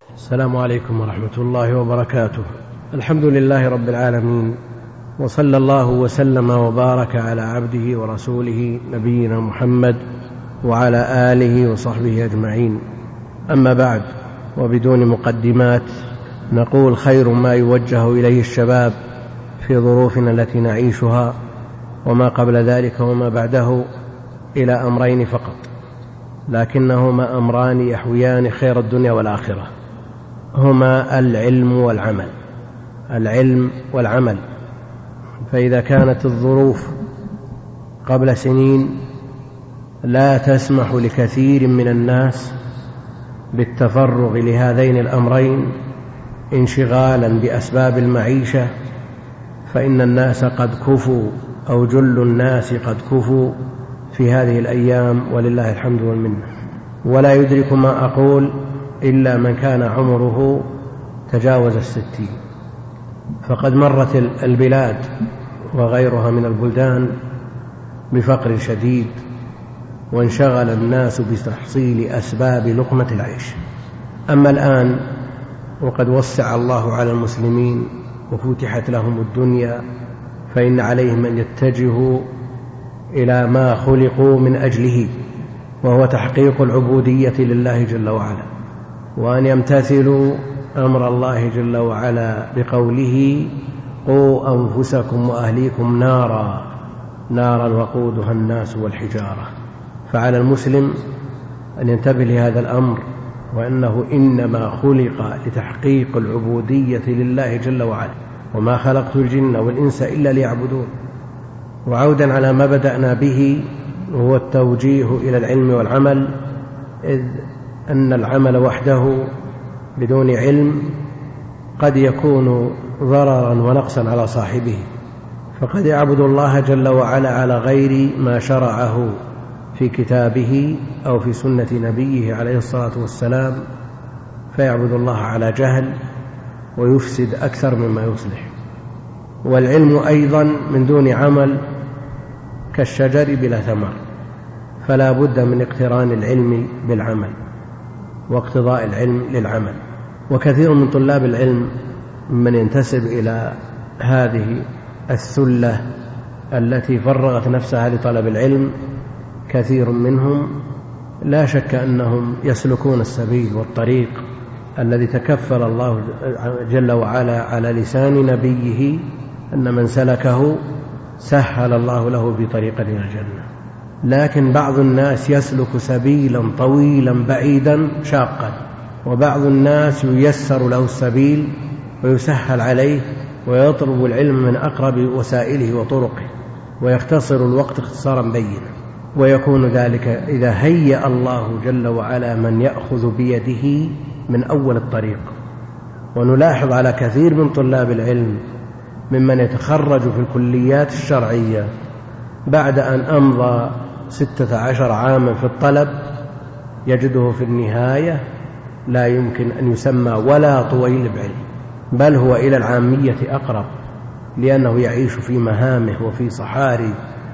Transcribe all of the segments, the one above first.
السلام عليكم ورحمة الله وبركاته. الحمد لله رب العالمين، وصلى الله وسلم وبارك على عبده ورسوله نبينا محمد وعلى آله وصحبه أجمعين. أما بعد، وبدون مقدمات، نقول خير ما يوجه إليه الشباب في ظروفنا التي نعيشها وما قبل ذلك وما بعده إلى أمرين فقط، لكنهما أمران يحويان خير الدنيا والآخرة، هما العلم والعمل. العلم والعمل. فإذا كانت الظروف قبل سنين لا تسمح لكثير من الناس بالتفرغ لهذين الأمرين انشغالا بأسباب المعيشة، فإن الناس قد كفوا، أو جل الناس قد كفوا في هذه الأيام، ولله الحمد والمنة. ولا يدرك ما أقول إلا من كان عمره تجاوز 60. فقد مرت البلاد وغيرها من البلدان بفقر شديد، وانشغل الناس بتحصيل أسباب لقمة العيش. أما الآن وقد وسع الله على المسلمين وفتحت لهم الدنيا، فإن عليهم أن يتجهوا إلى ما خلقوا من أجله، وهو تحقيق العبودية لله جل وعلا، وأن يمتثلوا أمر الله جل وعلا بقوله: قوا أنفسكم وأهليكم نارا وقودها الناس والحجارة. فعلى المسلم أن ينتبه لهذا الأمر، وأنه إنما خلق لتحقيق العبودية لله جل وعلا، وما خلقت الجن والإنس إلا ليعبدون. وعودا على ما بدأنا به، هو التوجيه إلى العلم والعمل، إذ أن العمل وحده بدون علم قد يكون ضررا ونقصا على صاحبه، فقد يعبد الله جل وعلا على غير ما شرعه في كتابه أو في سنة نبيه عليه الصلاة والسلام، فيعبد الله على جهل ويفسد أكثر مما يصلح. والعلم أيضا من دون عمل كالشجر بلا ثمر، فلا بد من اقتران العلم بالعمل واقتضاء العلم للعمل. وكثير من طلاب العلم من ينتسب إلى هذه الثلة التي فرغت نفسها لطلب العلم، كثير منهم لا شك أنهم يسلكون السبيل والطريق الذي تكفل الله جل وعلا على لسان نبيه أن من سلكه سهل الله له بطريقة إلى الجنة. لكن بعض الناس يسلك سبيلا طويلا بعيدا شاقا، وبعض الناس ييسر له السبيل ويسهل عليه ويطلب العلم من أقرب وسائله وطرقه، ويختصر الوقت اختصارا بينا. ويكون ذلك إذا هيأ الله جل وعلا من يأخذ بيده من أول الطريق. ونلاحظ على كثير من طلاب العلم ممن يتخرج في الكليات الشرعية بعد أن أمضى 16 عاما في الطلب، يجده في النهاية لا يمكن أن يسمى ولا طويل بعلم، بل هو إلى العامية أقرب، لأنه يعيش في مهامه وفي صحاري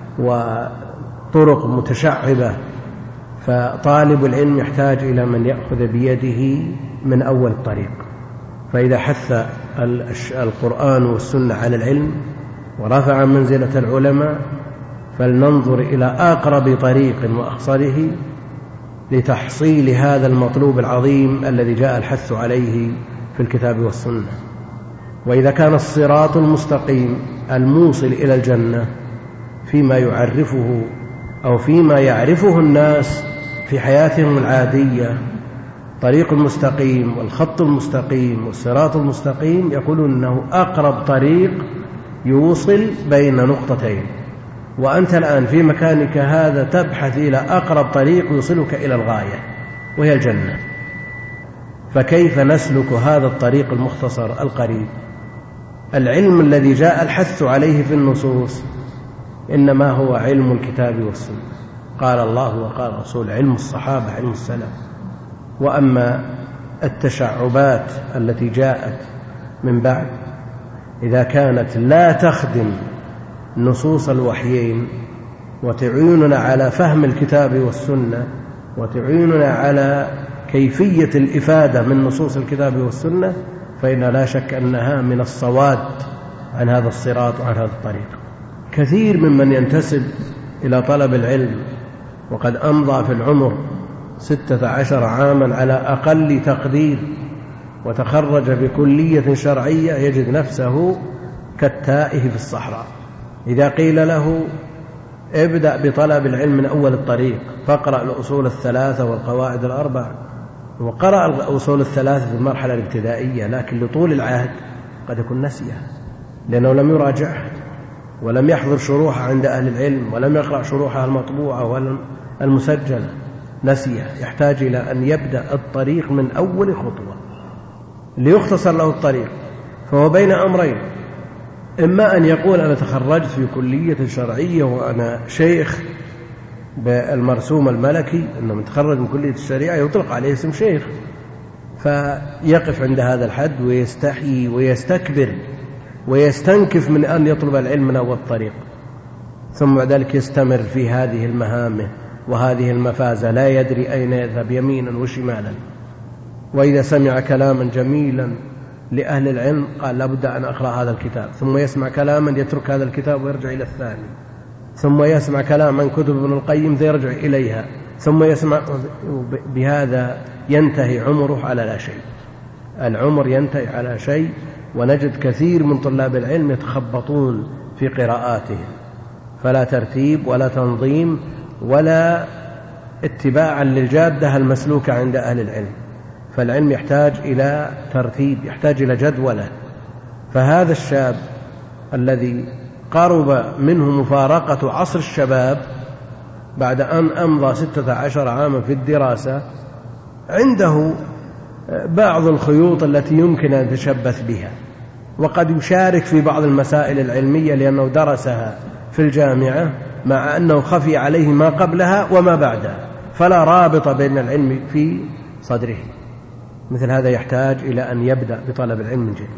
وطرق متشعبة. فطالب العلم يحتاج إلى من يأخذ بيده من أول الطريق. فإذا حث القرآن والسنة على العلم ورفع منزلة العلماء، فلننظر إلى أقرب طريق وأخصره لتحصيل هذا المطلوب العظيم الذي جاء الحث عليه في الكتاب والسنة. وإذا كان الصراط المستقيم الموصل إلى الجنة فيما يعرفه أو فيما يعرفه الناس في حياتهم العادية طريق المستقيم والخط المستقيم والصراط المستقيم، يقولون أنه أقرب طريق يوصل بين نقطتين، وأنت الآن في مكانك هذا تبحث إلى أقرب طريق يوصلك إلى الغاية وهي الجنة. فكيف نسلك هذا الطريق المختصر القريب؟ العلم الذي جاء الحث عليه في النصوص إنما هو علم الكتاب والسنة، قال الله وقال الرسول، علم الصحابة، علم السلف. وأما التشعبات التي جاءت من بعد إذا كانت لا تخدم نصوص الوحيين وتعيننا على فهم الكتاب والسنة وتعيننا على كيفية الإفادة من نصوص الكتاب والسنة فإن لا شك أنها من الصواد عن هذا الصراط وعن هذا الطريق. كثير ممن ينتسب إلى طلب العلم وقد أمضى في العمر 16 عاما على أقل تقدير وتخرج بكلية شرعية يجد نفسه كالتائه في الصحراء. إذا قيل له ابدأ بطلب العلم من أول الطريق فاقرأ الأصول الثلاثة والقواعد الأربع، وقرأ الأصول الثلاثة في المرحلة الابتدائية، لكن لطول العهد قد يكون نسيها لأنه لم يراجعها ولم يحضر شروحها عند أهل العلم ولم يقرأ شروحها المطبوعة ولا المسجلة، نسيها. يحتاج إلى أن يبدأ الطريق من أول خطوة ليختصر له الطريق. فهو بين أمرين: إما أن يقول أنا تخرجت في كلية شرعية وأنا شيخ بالمرسوم الملكي، أنه متخرج من كلية الشريعة يطلق عليه اسم شيخ، فيقف عند هذا الحد ويستحي ويستكبر ويستنكف من أن يطلب العلم من أول الطريق، ثم بعد ذلك يستمر في هذه المهامة وهذه المفازة، لا يدري أين يذهب يمينا وشمالا. وإذا سمع كلاما جميلا لأهل العلم قال لابد أن أقرأ هذا الكتاب، ثم يسمع كلاما يترك هذا الكتاب ويرجع إلى الثاني، ثم يسمع كلام عن كتب ابن القيم يرجع إليها، ثم يسمع. بهذا ينتهي عمره على لا شيء. العمر ينتهي على شيء. ونجد كثير من طلاب العلم يتخبطون في قراءاتهم، فلا ترتيب ولا تنظيم ولا اتباعا للجادة المسلوكة عند أهل العلم. فالعلم يحتاج إلى ترتيب، يحتاج إلى جدولة. فهذا الشاب الذي قرب منه مفارقة عصر الشباب بعد أن أمضى 16 عاما في الدراسة، عنده بعض الخيوط التي يمكن أن يتشبث بها، وقد يشارك في بعض المسائل العلمية لأنه درسها في الجامعة، مع أنه خفي عليه ما قبلها وما بعدها، فلا رابط بين العلم في صدره. مثل هذا يحتاج إلى أن يبدأ بطلب العلم من جديد.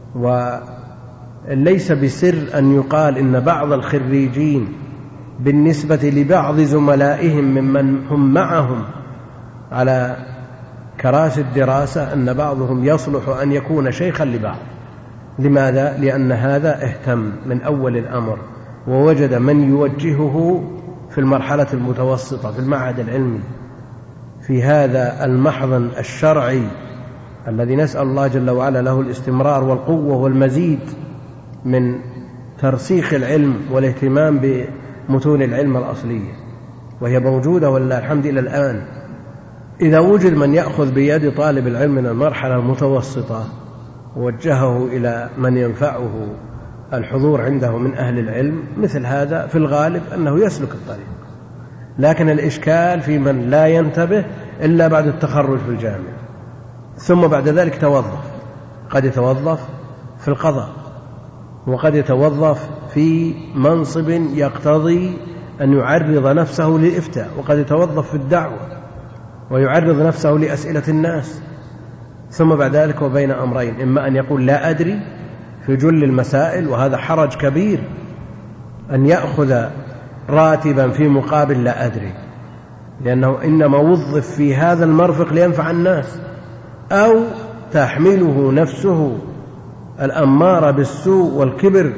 وليس بسر أن يقال إن بعض الخريجين بالنسبة لبعض زملائهم ممن هم معهم على كراسي الدراسة أن بعضهم يصلح أن يكون شيخا لبعض. لماذا؟ لأن هذا اهتم من أول الأمر ووجد من يوجهه في المرحلة المتوسطة في المعهد العلمي في هذا المحضن الشرعي الذي نسأل الله جل وعلا له الاستمرار والقوة والمزيد من ترسيخ العلم والاهتمام بمتون العلم الأصلية، وهي موجودة ولله الحمد إلى الآن. إذا وجد من يأخذ بيد طالب العلم من المرحلة المتوسطة ووجهه إلى من ينفعه الحضور عنده من أهل العلم، مثل هذا في الغالب أنه يسلك الطريق. لكن الإشكال في من لا ينتبه إلا بعد التخرج في الجامعة، ثم بعد ذلك توظف. قد يتوظف في القضاء، وقد يتوظف في منصب يقتضي أن يعرض نفسه للإفتاء، وقد يتوظف في الدعوة ويعرض نفسه لأسئلة الناس. ثم بعد ذلك وبين أمرين: إما أن يقول لا أدري في جل المسائل، وهذا حرج كبير أن يأخذ راتبا في مقابل لا أدري، لأنه إنما وظف في هذا المرفق لينفع الناس، أو تحمله نفسه الأمارة بالسوء والكبر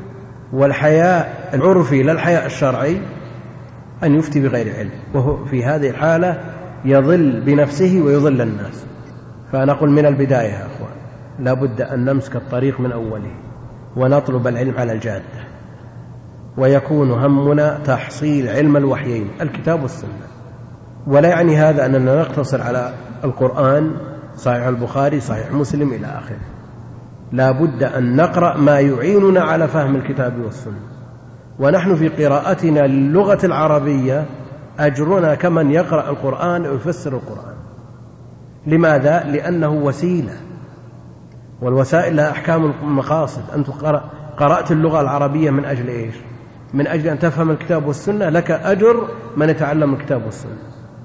والحياء العرفي لا الحياء الشرعي أن يفتي بغير علم، وهو في هذه الحالة يضل بنفسه ويضل الناس. فنقول من البداية يا أخوان لا بد أن نمسك الطريق من أوله ونطلب العلم على الجادة، ويكون همنا تحصيل علم الوحيين الكتاب والسنة. ولا يعني هذا أننا نقتصر على القرآن، صحيح البخاري، صحيح مسلم إلى آخره. لا بد أن نقرأ ما يعيننا على فهم الكتاب والسنة. ونحن في قراءتنا للغة العربية أجرنا كمن يقرأ القرآن ويفسر القرآن. لماذا؟ لأنه وسيلة، والوسائل لها أحكام المقاصد. أنت قرأت اللغة العربية من أجل إيش؟ من أجل أن تفهم الكتاب والسنة، لك أجر من يتعلم الكتاب والسنة.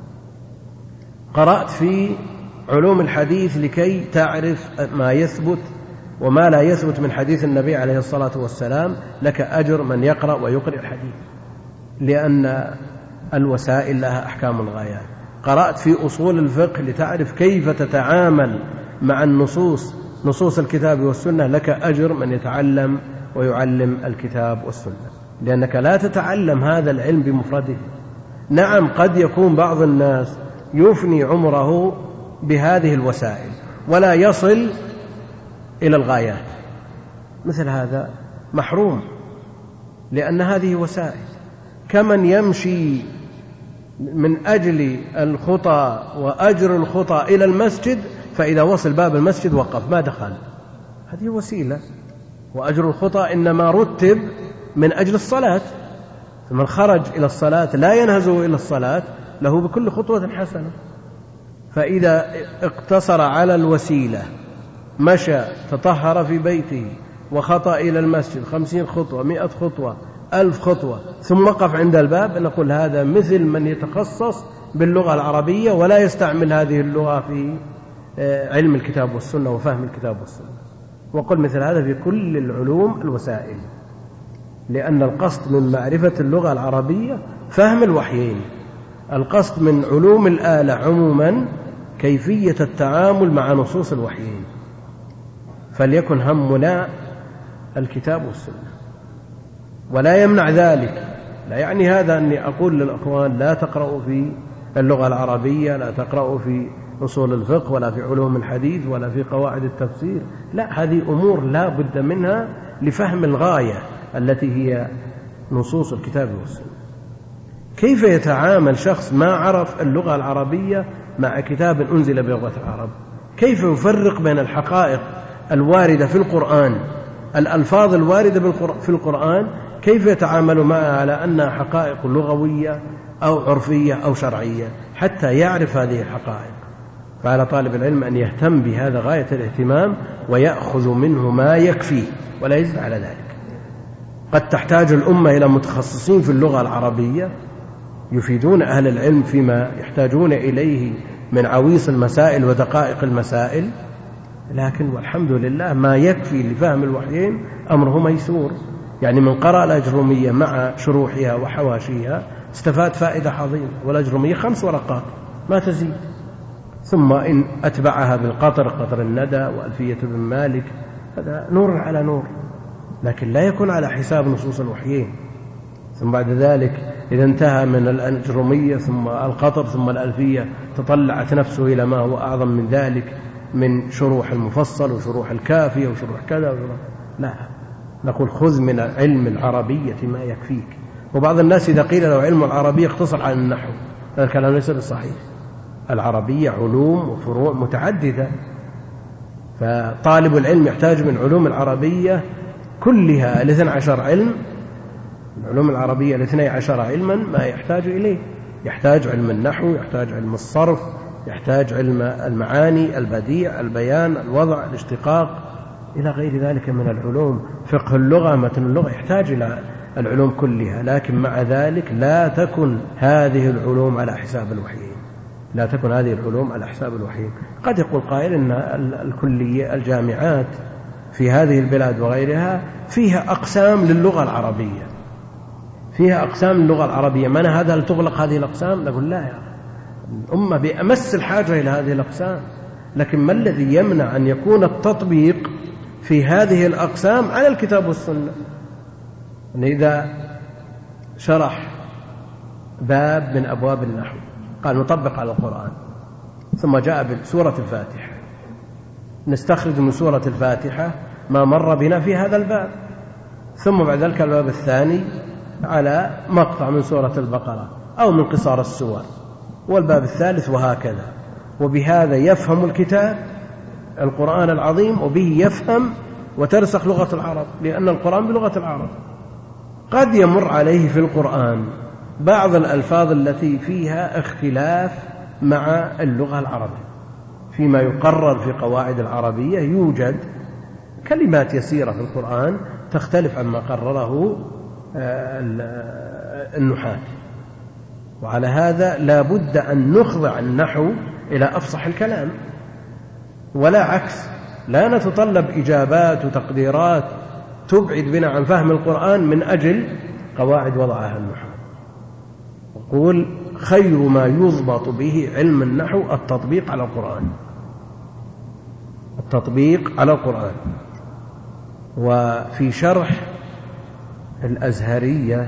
قرأت في علوم الحديث لكي تعرف ما يثبت وما لا يثبت من حديث النبي عليه الصلاة والسلام، لك أجر من يقرأ ويقرأ الحديث، لأن الوسائل لها أحكام الغايات. قرأت في أصول الفقه لتعرف كيف تتعامل مع النصوص، نصوص الكتاب والسنة، لك أجر من يتعلم ويعلم الكتاب والسنة، لأنك لا تتعلم هذا العلم بمفرده. نعم قد يكون بعض الناس يفني عمره بهذه الوسائل ولا يصل إلى الغايات، مثل هذا محروم، لأن هذه وسائل. كمن يمشي من أجل الخطى وأجر الخطى إلى المسجد، فإذا وصل باب المسجد وقف ما دخل، هذه وسيلة. وأجر الخطى إنما رتب من أجل الصلاة، فمن خرج إلى الصلاة لا ينهزه إلى الصلاة له بكل خطوة حسنة. فإذا اقتصر على الوسيلة، مشى تطهر في بيته وخطأ إلى المسجد 50 خطوة 100 خطوة 1000 خطوة ثم وقف عند الباب، نقول هذا مثل من يتخصص باللغة العربية ولا يستعمل هذه اللغة في علم الكتاب والسنة وفهم الكتاب والسنة. وقل مثل هذا في كل العلوم الوسائل، لأن القصد من معرفة اللغة العربية فهم الوحيين، القصد من علوم الآلة عموما كيفية التعامل مع نصوص الوحيين. فليكن همنا الكتاب والسنة، ولا يمنع ذلك، لا يعني هذا أني أقول للأخوان لا تقرأوا في اللغة العربية، لا تقرأوا في أصول الفقه ولا في علوم الحديث ولا في قواعد التفسير، لا، هذه أمور لا بد منها لفهم الغاية التي هي نصوص الكتاب والسنة. كيف يتعامل شخص ما عرف اللغة العربية مع كتاب أنزل بلغة العرب؟ كيف يفرق بين الحقائق الواردة في القرآن، الألفاظ الواردة في القرآن، كيف يتعامل معها على أنها حقائق لغوية أو عرفية أو شرعية حتى يعرف هذه الحقائق؟ فعلى طالب العلم أن يهتم بهذا غاية الاهتمام ويأخذ منه ما يكفي ولا يزيد على ذلك. قد تحتاج الأمة إلى متخصصين في اللغة العربية يفيدون أهل العلم فيما يحتاجون إليه من عويص المسائل ودقائق المسائل، لكن والحمد لله ما يكفي لفهم الوحيين أمره ميسور. يعني من قرأ الأجرومية مع شروحها وحواشيها استفاد فائدة عظيمة، والأجرومية 5 ورقات ما تزيد، ثم إن أتبعها بالقطر، قطر الندى وألفية بن مالك، هذا نور على نور، لكن لا يكون على حساب نصوص الوحيين. ثم بعد ذلك إذا انتهى من الأجرومية ثم القطر ثم الألفية تطلعت نفسه إلى ما هو أعظم من ذلك من شروح المفصل وشروح الكافية وشروح كذا وشروح. لا، نقول خذ من علم العربية ما يكفيك. وبعض الناس إذا قيل له علم العربية اقتصر على النحو، هذا الكلام ليس بالصحيح. العربية علوم وفروع متعددة، فطالب العلم يحتاج من علوم العربية كلها 12 علم، العلوم العربية 12 علما ما يحتاج إليه، يحتاج علم النحو، يحتاج علم الصرف، يحتاج علم المعاني، البديع، البيان، الوضع، الاشتقاق، إلى غير ذلك من العلوم. فقه اللغة، متن اللغة، يحتاج إلى العلوم كلها. لكن مع ذلك لا تكن هذه العلوم على حساب الوحيين، لا تكن هذه العلوم على حساب الوحيين. قد يقول قائل إن الكلية الجامعات في هذه البلاد وغيرها فيها أقسام للغة العربية، فيها أقسام للغة العربية، من هذا لتغلق هذه الأقسام؟ نقول لا يا الأمة بأمس الحاجة إلى هذه الأقسام، لكن ما الذي يمنع أن يكون التطبيق في هذه الأقسام على الكتاب والسنة؟ إذا شرح باب من أبواب النحو قال نطبق على القرآن، ثم جاء بسورة الفاتحة، نستخرج من سورة الفاتحة ما مر بنا في هذا الباب، ثم بعد ذلك الباب الثاني على مقطع من سورة البقرة أو من قصار السور، والباب الثالث، وهكذا. وبهذا يفهم الكتاب القرآن العظيم، وبه يفهم وترسخ لغة العرب، لأن القرآن بلغة العرب. قد يمر عليه في القرآن بعض الألفاظ التي فيها اختلاف مع اللغة العربية، فيما يقرر في قواعد العربية يوجد كلمات يسيرة في القرآن تختلف عما قرره النحاة، وعلى هذا لا بد أن نخضع النحو إلى أفصح الكلام، ولا عكس. لا نتطلب إجابات وتقديرات تبعد بنا عن فهم القرآن من أجل قواعد وضعها النحاة. نقول خير ما يضبط به علم النحو التطبيق على القرآن، التطبيق على القرآن. وفي شرح الأزهرية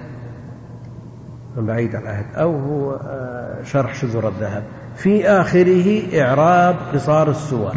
من بعيد العهد أو هو شرح شذور الذهب، في آخره إعراب قصار السور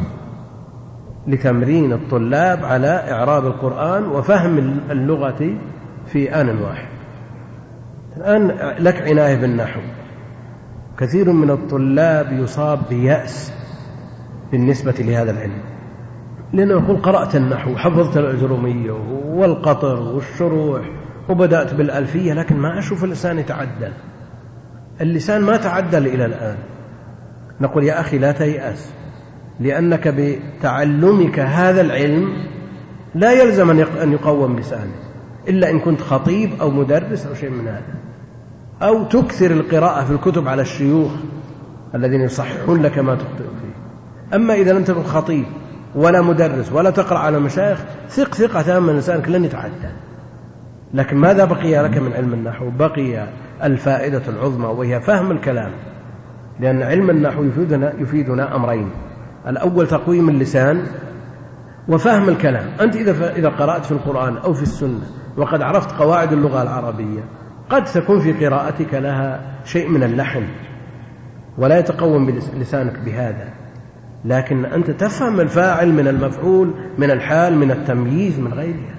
لتمرين الطلاب على إعراب القرآن وفهم اللغة في آن واحد. الآن لك عناية بالنحو، كثير من الطلاب يصاب بيأس بالنسبة لهذا العلم، لأنه يقول قرأت النحو، حفظت الأجرومية والقطر والشروح وبدأت بالألفية، لكن ما أشوف اللسان يتعدل، اللسان ما تعدل إلى الآن. نقول يا أخي لا تيأس، لأنك بتعلمك هذا العلم لا يلزم أن يقوم لسانك إلا إن كنت خطيب أو مدرس أو شيء من هذا، أو تكثر القراءة في الكتب على الشيوخ الذين يصححون لك ما تخطئ فيه. أما إذا لم تكن خطيب ولا مدرس ولا تقرأ على مشايخ، ثق ثقة تامة لسانك لن يتعدل. لكن ماذا بقي لك من علم النحو؟ بقي الفائدة العظمى، وهي فهم الكلام، لأن علم النحو يفيدنا أمرين: الأول تقويم اللسان وفهم الكلام. أنت إذا قرأت في القرآن أو في السنة وقد عرفت قواعد اللغة العربية، قد تكون في قراءتك لها شيء من اللحن ولا يتقوم بلسانك بهذا، لكن أنت تفهم الفاعل من المفعول من الحال من التمييز من غيرها،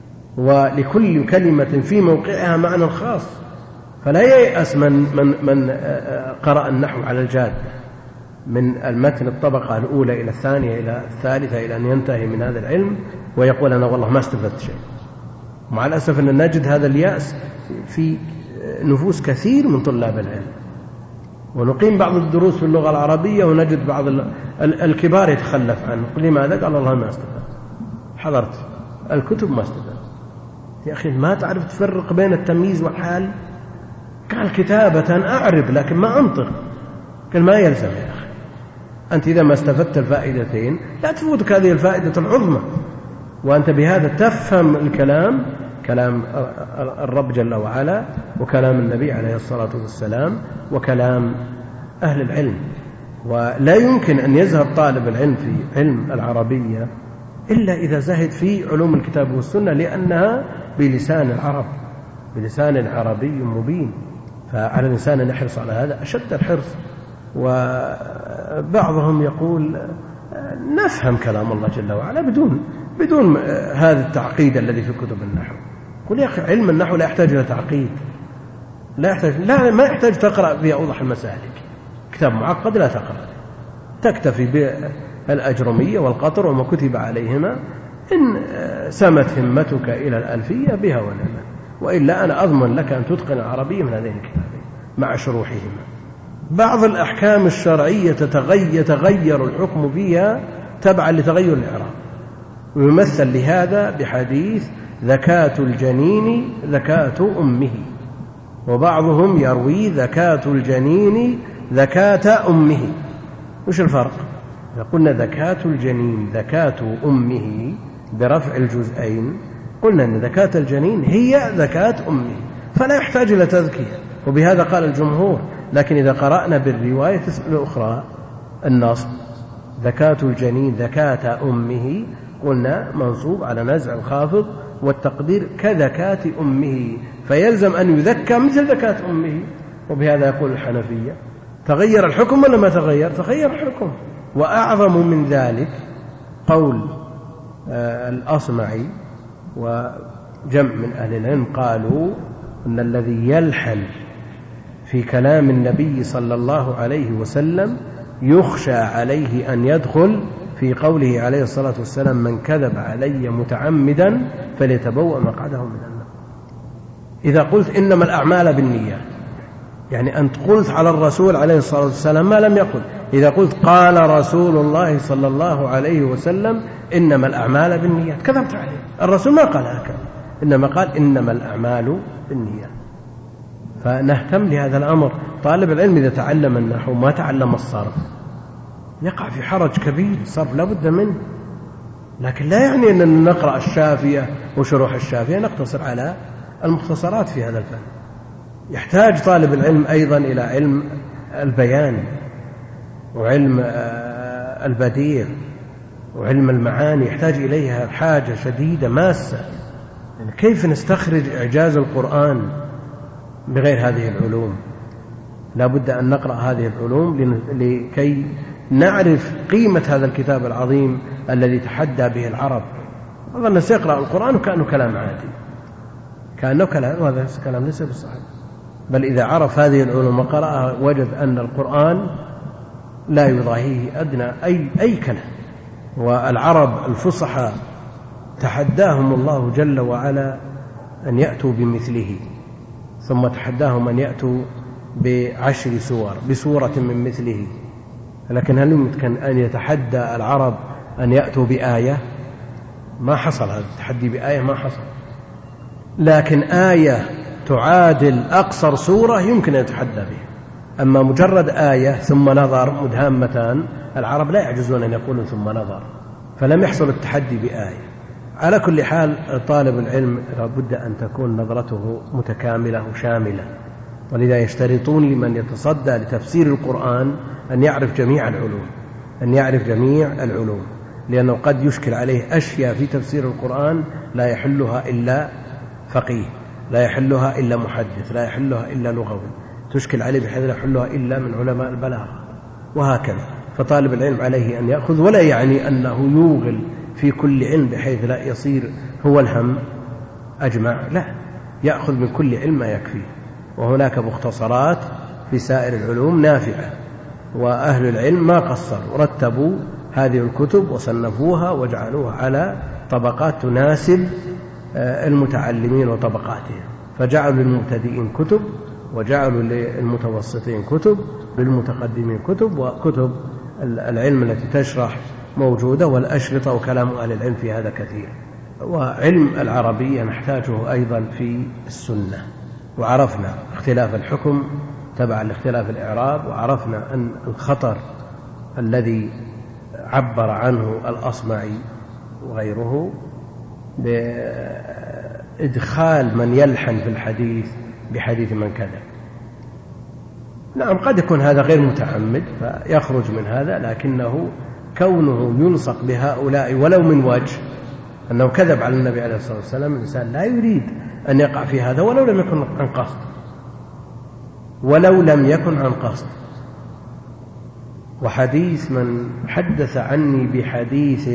ولكل كلمة في موقعها معنى خاص. فلا ييأس من قرأ النحو على الجاد من المتن الطبقة الأولى إلى الثانية إلى الثالثة إلى أن ينتهي من هذا العلم ويقول أنا والله ما استفدت شيء. مع الأسف أن نجد هذا اليأس في نفوس كثير من طلاب العلم، ونقيم بعض الدروس في اللغة العربية ونجد بعض الكبار يتخلف عنه. لماذا؟ قال الله ما استفدت، حضرت الكتب ما استفدت. يا أخي ما تعرف تفرق بين التمييز والحال؟ قال كتابة أعرب لكن ما أنطق. قال ما يلزم يا أخي، أنت إذا ما استفدت الفائدتين لا تفوتك هذه الفائدة العظمى، وأنت بهذا تفهم الكلام، كلام الرب جل وعلا وكلام النبي عليه الصلاة والسلام وكلام أهل العلم. ولا يمكن أن يذهب طالب العلم في علم العربية إلا إذا زهد في علوم الكتاب والسنة، لأنها بلسان العرب، بلسان عربي مبين. فعلى الإنسان أن يحرص على هذا أشد الحرص. وبعضهم يقول نفهم كلام الله جل وعلا بدون هذا التعقيد الذي في كتب النحو. قل يا أخي علم النحو لا يحتاج إلى تعقيد، ما يحتاج تقرأ في أوضح المسالك، كتاب معقد لا تقرأ، تكتفي بالأجرمية والقطر وما كتب عليهما. إن سمت همتك إلى الألفية بها ونعمة، وإلا أنا أضمن لك أن تتقن العربية من هذين الكتابين مع شروحهما. بعض الأحكام الشرعية يتغير الحكم فيها تبعا لتغير الإعراب، ويمثل لهذا بحديث زكاة الجنين زكاة أمه، وبعضهم يروي زكاة الجنين زكاة أمه. وش الفرق؟ قلنا زكاة الجنين زكاة أمه برفع الجزئين، قلنا أن زكاة الجنين هي زكاة أمه فلا يحتاج إلى تذكية، وبهذا قال الجمهور. لكن إذا قرأنا بالرواية الأخرى النصب زكاة الجنين زكاة أمه، قلنا منصوب على نزع الخافض والتقدير كزكاة أمه، فيلزم أن يذكى مثل زكاة أمه. وبهذا يقول الحنفية تغير الحكم ولا ما تغير؟ تغير الحكم. وأعظم من ذلك قول الأصمعي وجمع من أهل العلم قالوا أن الذي يلحن في كلام النبي صلى الله عليه وسلم يخشى عليه أن يدخل في قوله عليه الصلاة والسلام من كذب علي متعمدا فليتبوأ مقعده من النار. إذا قلت إنما الأعمال بالنيات، يعني أنت قلت على الرسول عليه الصلاة والسلام ما لم يقل. إذا قلت قال رسول الله صلى الله عليه وسلم إنما الأعمال بالنيات، كذبت عليه. الرسول ما قال هكذا، إنما قال إنما الأعمال بالنيات. فنهتم لهذا الأمر. طالب العلم إذا تعلم النحو ما تعلم الصرف يقع في حرج كبير، الصرف لا بد منه. لكن لا يعني أن نقرأ الشافية وشروح الشافية، نقتصر على المختصرات في هذا الفن. يحتاج طالب العلم أيضا إلى علم البيان وعلم البديع وعلم المعاني، يحتاج إليها حاجة شديدة ماسة. يعني كيف نستخرج إعجاز القرآن بغير هذه العلوم؟ لا بد أن نقرأ هذه العلوم لكي نعرف قيمة هذا الكتاب العظيم الذي تحدى به العرب. بعض الناس يقرأ القرآن وكأنه كلام عادي، كأنه كلام، وهذا كلام ليس بالصحيح. بل إذا عرف هذه العلوم وقرأها وجد أن القرآن لا يضاهيه أدنى أي كلام. والعرب الفصحى تحداهم الله جل وعلا أن يأتوا بمثله، ثم تحداهم أن يأتوا ب10 سور بسورة من مثله. لكن هل يمكن أن يتحدى العرب أن يأتوا بآية؟ ما حصل هذا التحدي بآية، ما حصل. لكن آية تعادل أقصر سورة يمكن أن يتحدى بها. أما مجرد آية ثم نظر مدهامتان، العرب لا يعجزون أن يقولوا ثم نظر، فلم يحصل التحدي بآية. على كل حال طالب العلم لابد أن تكون نظرته متكاملة وشاملة، ولذا يشترطون لمن يتصدى لتفسير القرآن أن يعرف جميع العلوم، لأنه قد يشكل عليه أشياء في تفسير القرآن لا يحلها إلا فقيه، لا يحلها إلا محدث، لا يحلها إلا لغوي، تشكل عليه بحيث لا يحلها إلا من علماء البلاغة، وهكذا. فطالب العلم عليه أن يأخذ، ولا يعني أنه يوغل في كل علم بحيث لا يصير هو الهم أجمع، لا، يأخذ من كل علم ما يكفيه. وهناك مختصرات في سائر العلوم نافعة، وأهل العلم ما قصروا، رتبوا هذه الكتب وصنفوها وجعلوها على طبقات تناسب المتعلمين وطبقاتهم، فجعلوا للمبتدئين كتب، وجعلوا للمتوسطين كتب، للمتقدمين كتب، وكتب العلم التي تشرح موجودة، والأشرطة وكلام أهل العلم في هذا كثير. وعلم العربية نحتاجه أيضا في السنة. وعرفنا اختلاف الحكم تبع لاختلاف الإعراب، وعرفنا أن الخطر الذي عبر عنه الأصمعي وغيره بإدخال من يلحن في الحديث بحديث من كذب. نعم، قد يكون هذا غير متعمد فيخرج من هذا، لكنه كونه يلصق بهؤلاء ولو من وجه أنه كذب على النبي عليه الصلاة والسلام، الإنسان لا يريد أن يقع في هذا ولو لم يكن عن قصد. وحديث من حدث عني بحديث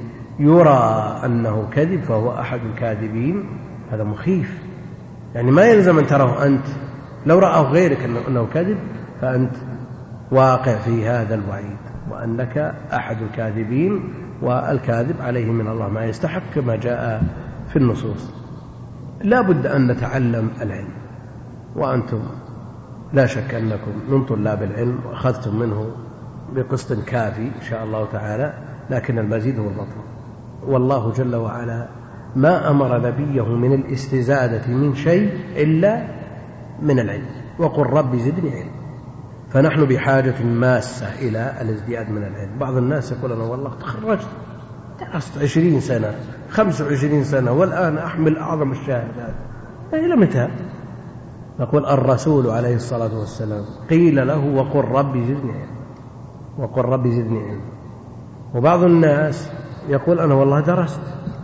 يرى أنه كذب فهو أحد الكاذبين، هذا مخيف. يعني ما يلزم أن تراه أنت، لو رأى غيرك أنه كذب فأنت واقع في هذا الوعيد، وأنك أحد الكاذبين، والكاذب عليه من الله ما يستحق كما جاء في النصوص. لا بد أن نتعلم العلم، وأنتم لا شك أنكم من طلاب العلم وأخذتم منه بقسط كافي إن شاء الله تعالى، لكن المزيد هو المطلوب. والله جل وعلا ما أمر نبيه من الاستزادة من شيء إلا من العلم، وقل رب زدني علم. فنحن بحاجة ماسة إلى الازدياد من العلم. بعض الناس يقول أنا والله تخرجت درست 20 سنة 25 سنة والآن أحمل أعظم الشهادات، إلى متى؟ نقول الرسول عليه الصلاة والسلام قيل له وقل رب زدني علم، وقل رب زدني علم. وبعض الناس يقول أنا والله درست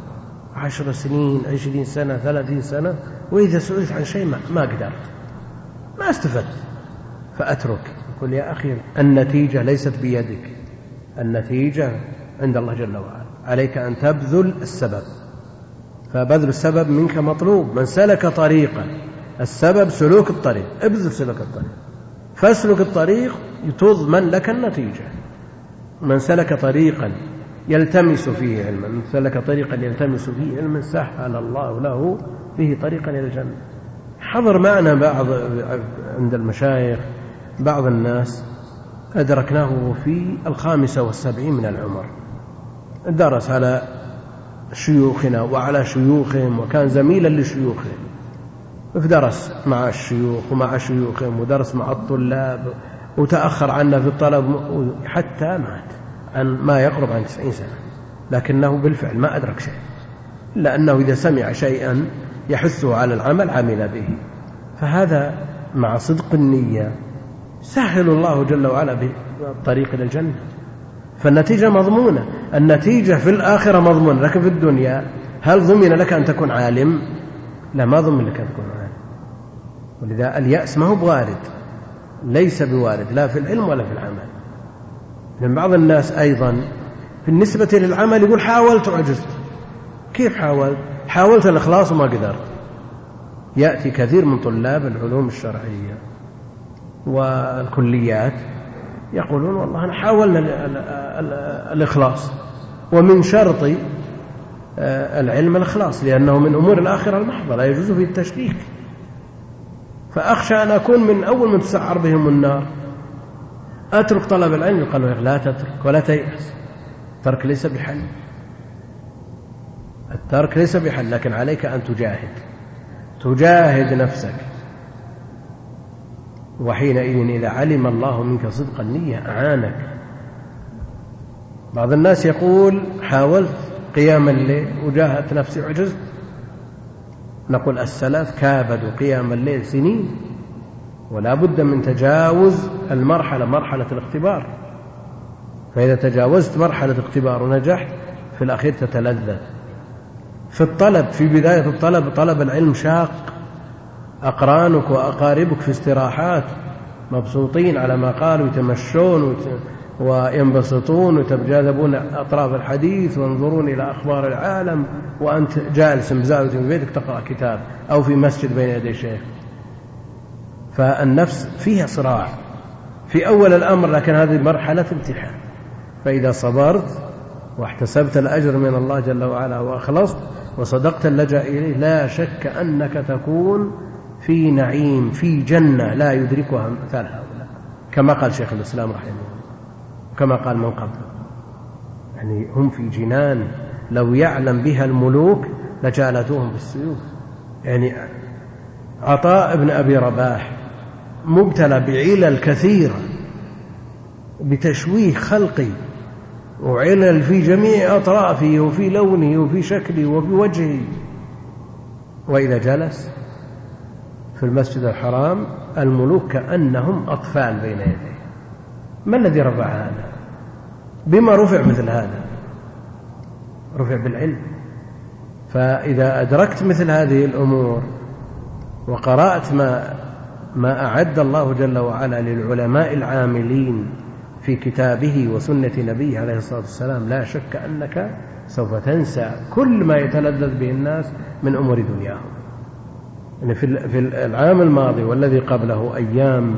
10 سنين 20 سنة 30 سنة، وإذا سئلت عن شيء ما قدرت، ما استفدت، فأترك. يقول يا أخي النتيجة ليست بيدك، النتيجة عند الله جل وعلا، عليك أن تبذل السبب، فبذل السبب منك مطلوب. من سلك طريقا، السبب سلوك الطريق، ابذل سلوك الطريق، فاسلك الطريق تضمن لك النتيجة. من سلك طريقا يلتمس فيه علما، من سلك طريقا يلتمس فيه علما سهل الله له به طريقا إلى الجنة. حضر معنا بعض عند المشايخ بعض الناس أدركناه في 75 من العمر، درس على شيوخنا وعلى شيوخهم، وكان زميلا لشيوخهم، فدرس مع الشيوخ ومع شيوخهم، ودرس مع الطلاب، وتأخر عنا في الطلب حتى مات عن ما يقرب عن 90 سنة، لكنه بالفعل ما أدرك شيء، لأنه إذا سمع شيئا يحثه على العمل عمل به. فهذا مع صدق النية سهل الله جل وعلا بالطريق إلى الجنة. فالنتيجة مضمونة، النتيجة في الآخرة مضمونة، لكن في الدنيا هل ضمن لك أن تكون عالم؟ لا، ما ضمن لك أن تكون عالم. ولذا اليأس ما هو بوارد، ليس بوارد لا في العلم ولا في العمل. من بعض الناس أيضا بالنسبة للعمل يقول حاولت وعجزت. كيف حاولت الإخلاص وما قدرت. يأتي كثير من طلاب العلوم الشرعية والكليات يقولون والله أنا حاولنا الإخلاص، ومن شرط العلم الإخلاص، لأنه من أمور الآخرة المحضة لا يجوز فيه التشكيك. فأخشى أن أكون من أول من تسعر بهم النار. أترك طلب العلم، يقال له لا تترك ولا تيأس، الترك ليس بحل، الترك ليس بحل، لكن عليك أن تجاهد نفسك. وحينئذ إذا علم الله منك صدق النية أعانك. بعض الناس يقول حاولت قيام الليل وجاهدت نفسي وعجزت. نقول السلف كابدوا قيام الليل سنين، ولا بد من تجاوز مرحلة الاختبار. فإذا تجاوزت مرحلة الاختبار ونجحت في الأخير تتلذذ. في الطلب، في بداية الطلب، طلب العلم شاق، أقرانك وأقاربك في استراحات مبسوطين على ما قالوا، يتمشون وينبسطون ويتجاذبون أطراف الحديث وينظرون إلى أخبار العالم، وأنت جالس مزاوية في بيتك تقرأ كتاب أو في مسجد بين يدي شيخ. فالنفس فيها صراع في أول الأمر، لكن هذه مرحلة امتحان. فإذا صبرت واحتسبت الأجر من الله جل وعلا وأخلصت وصدقت اللجأ إليه، لا شك أنك تكون في نعيم، في جنة لا يدركها مثال هؤلاء، كما قال شيخ الإسلام رحمه الله، كما قال من قبل. يعني هم في جنان لو يعلم بها الملوك لجالتوهم بالسيوف. يعني عطاء بن أبي رباح مبتلى بعلل كثيرة، بتشويه خلقي وعلل في جميع أطرافه وفي لونه وفي شكله وفي وجهه، وإذا جلس في المسجد الحرام الملوك كأنهم أطفال بين يديه. ما الذي رفع هذا؟ بما رفع مثل هذا؟ رفع بالعلم. فإذا أدركت مثل هذه الأمور وقرأت ما أعد الله جل وعلا للعلماء العاملين في كتابه وسنة نبيه عليه الصلاة والسلام، لا شك أنك سوف تنسى كل ما يتلذذ به الناس من أمور دنياهم. يعني في العام الماضي والذي قبله أيام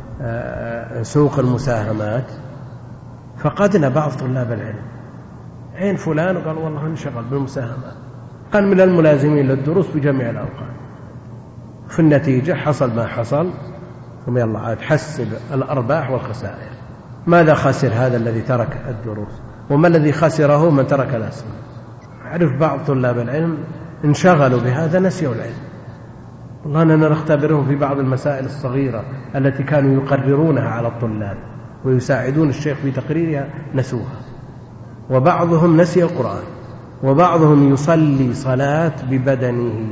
سوق المساهمات فقدنا بعض طلاب العلم. عين فلان وقال والله انشغل بالمساهمات، كان من الملازمين للدروس بجميع الأوقات. في النتيجة حصل ما حصل، ثم يلا عاد حسب الأرباح والخسائر. ماذا خسر هذا الذي ترك الدروس؟ وما الذي خسره من ترك الأسماء؟ أعرف بعض طلاب العلم انشغلوا بهذا نسيوا العلم. والله أننا نختبرهم في بعض المسائل الصغيرة التي كانوا يقررونها على الطلاب ويساعدون الشيخ في تقريرها، نسوها. وبعضهم نسي القرآن، وبعضهم يصلي صلاة ببدنه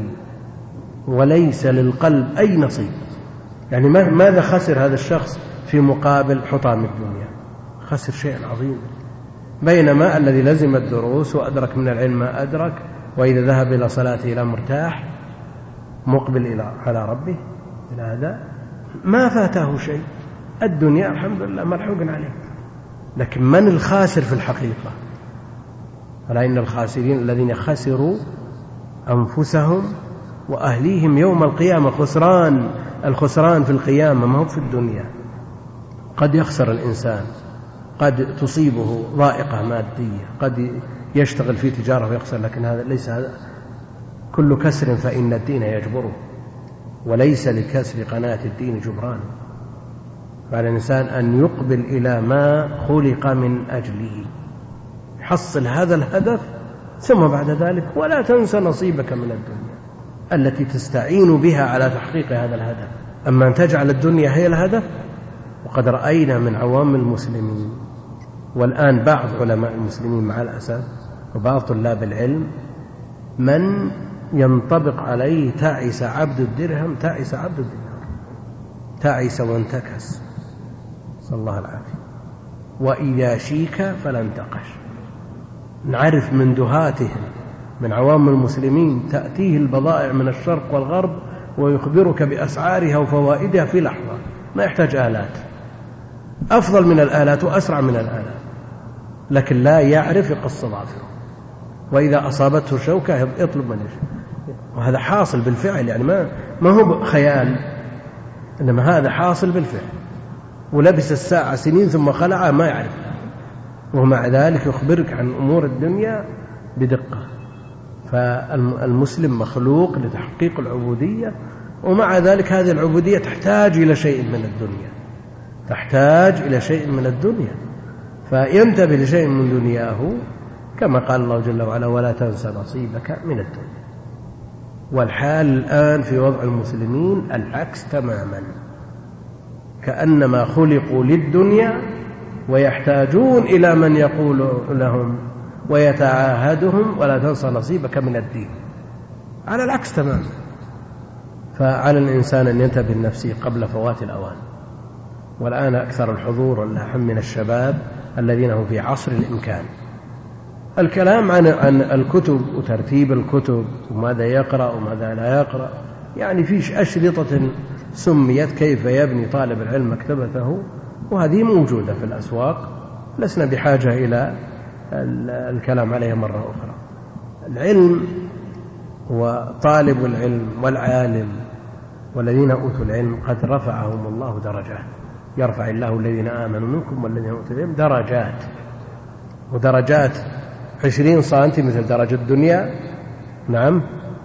وليس للقلب أي نصيب. يعني ماذا خسر هذا الشخص في مقابل حطام الدنيا؟ خسر شيء عظيم. بينما الذي لزم الدروس وأدرك من العلم ما أدرك، وإذا ذهب إلى صلاته إلى مرتاح مقبل على ربه، إلى هذا ما فاته شيء. الدنيا الحمد لله ملحوق عليه. لكن من الخاسر في الحقيقة؟ ألا إن الخاسرين الذين خسروا أنفسهم وأهليهم يوم القيامة. الخسران في القيامة ما هو في الدنيا. قد يخسر الإنسان، قد تصيبه ضائقة مادية، قد يشتغل في تجارة ويخسر، لكن هذا ليس هذا كل كسر فإن الدين يجبره، وليس لكسر قناة الدين جبران. فعلى الإنسان أن يقبل إلى ما خلق من أجله، حصل هذا الهدف، ثم بعد ذلك ولا تنسى نصيبك من الدنيا التي تستعين بها على تحقيق هذا الهدف. أما أن تجعل الدنيا هي الهدف، وقد رأينا من عوام المسلمين والآن بعض علماء المسلمين مع الأسف وبعض طلاب العلم من ينطبق عليه تعس عبد الدرهم تعس عبد الدينار. تعس وانتكس، صلى الله العافية. وإذا شيك فلا انتقش. نعرف من دهاتهم من عوام المسلمين تأتيه البضائع من الشرق والغرب ويخبرك بأسعارها وفوائدها في لحظة، ما يحتاج آلات، أفضل من الآلات وأسرع من الآلات، لكن لا يعرف يقص ظافره، وإذا أصابته شوكة يطلب من يشاء. وهذا حاصل بالفعل، يعني ما هو خيال، إنما هذا حاصل بالفعل. ولبس الساعة سنين ثم خلعها ما يعرف، ومع ذلك يخبرك عن أمور الدنيا بدقة. فالمسلم مخلوق لتحقيق العبودية، ومع ذلك هذه العبودية تحتاج إلى شيء من الدنيا، تحتاج إلى شيء من الدنيا، فينتبه لشيء من دنياه كما قال الله جل وعلا: ولا تنسى نصيبك من الدنيا. والحال الآن في وضع المسلمين العكس تماما، كأنما خلقوا للدنيا ويحتاجون إلى من يقول لهم ويتعاهدهم: ولا تنسى نصيبك من الدين. على العكس تماما. فعلى الإنسان أن ينتبه لنفسه قبل فوات الأوان. والآن أكثر الحضور واللحم من الشباب الذين هم في عصر الإمكان. الكلام عن الكتب وترتيب الكتب وماذا يقرأ وماذا لا يقرأ، يعني في أشرطة سميت كيف يبني طالب العلم مكتبته، وهذه موجودة في الأسواق، لسنا بحاجة إلى الكلام عليها مرة أخرى. العلم وطالب العلم والعالم والذين أوتوا العلم قد رفعهم الله درجات، يرفع الله الذين آمنوا منكم والذين أوتوا العلم درجات، ودرجات 20 سنتي مثل درجة الدنيا، نعم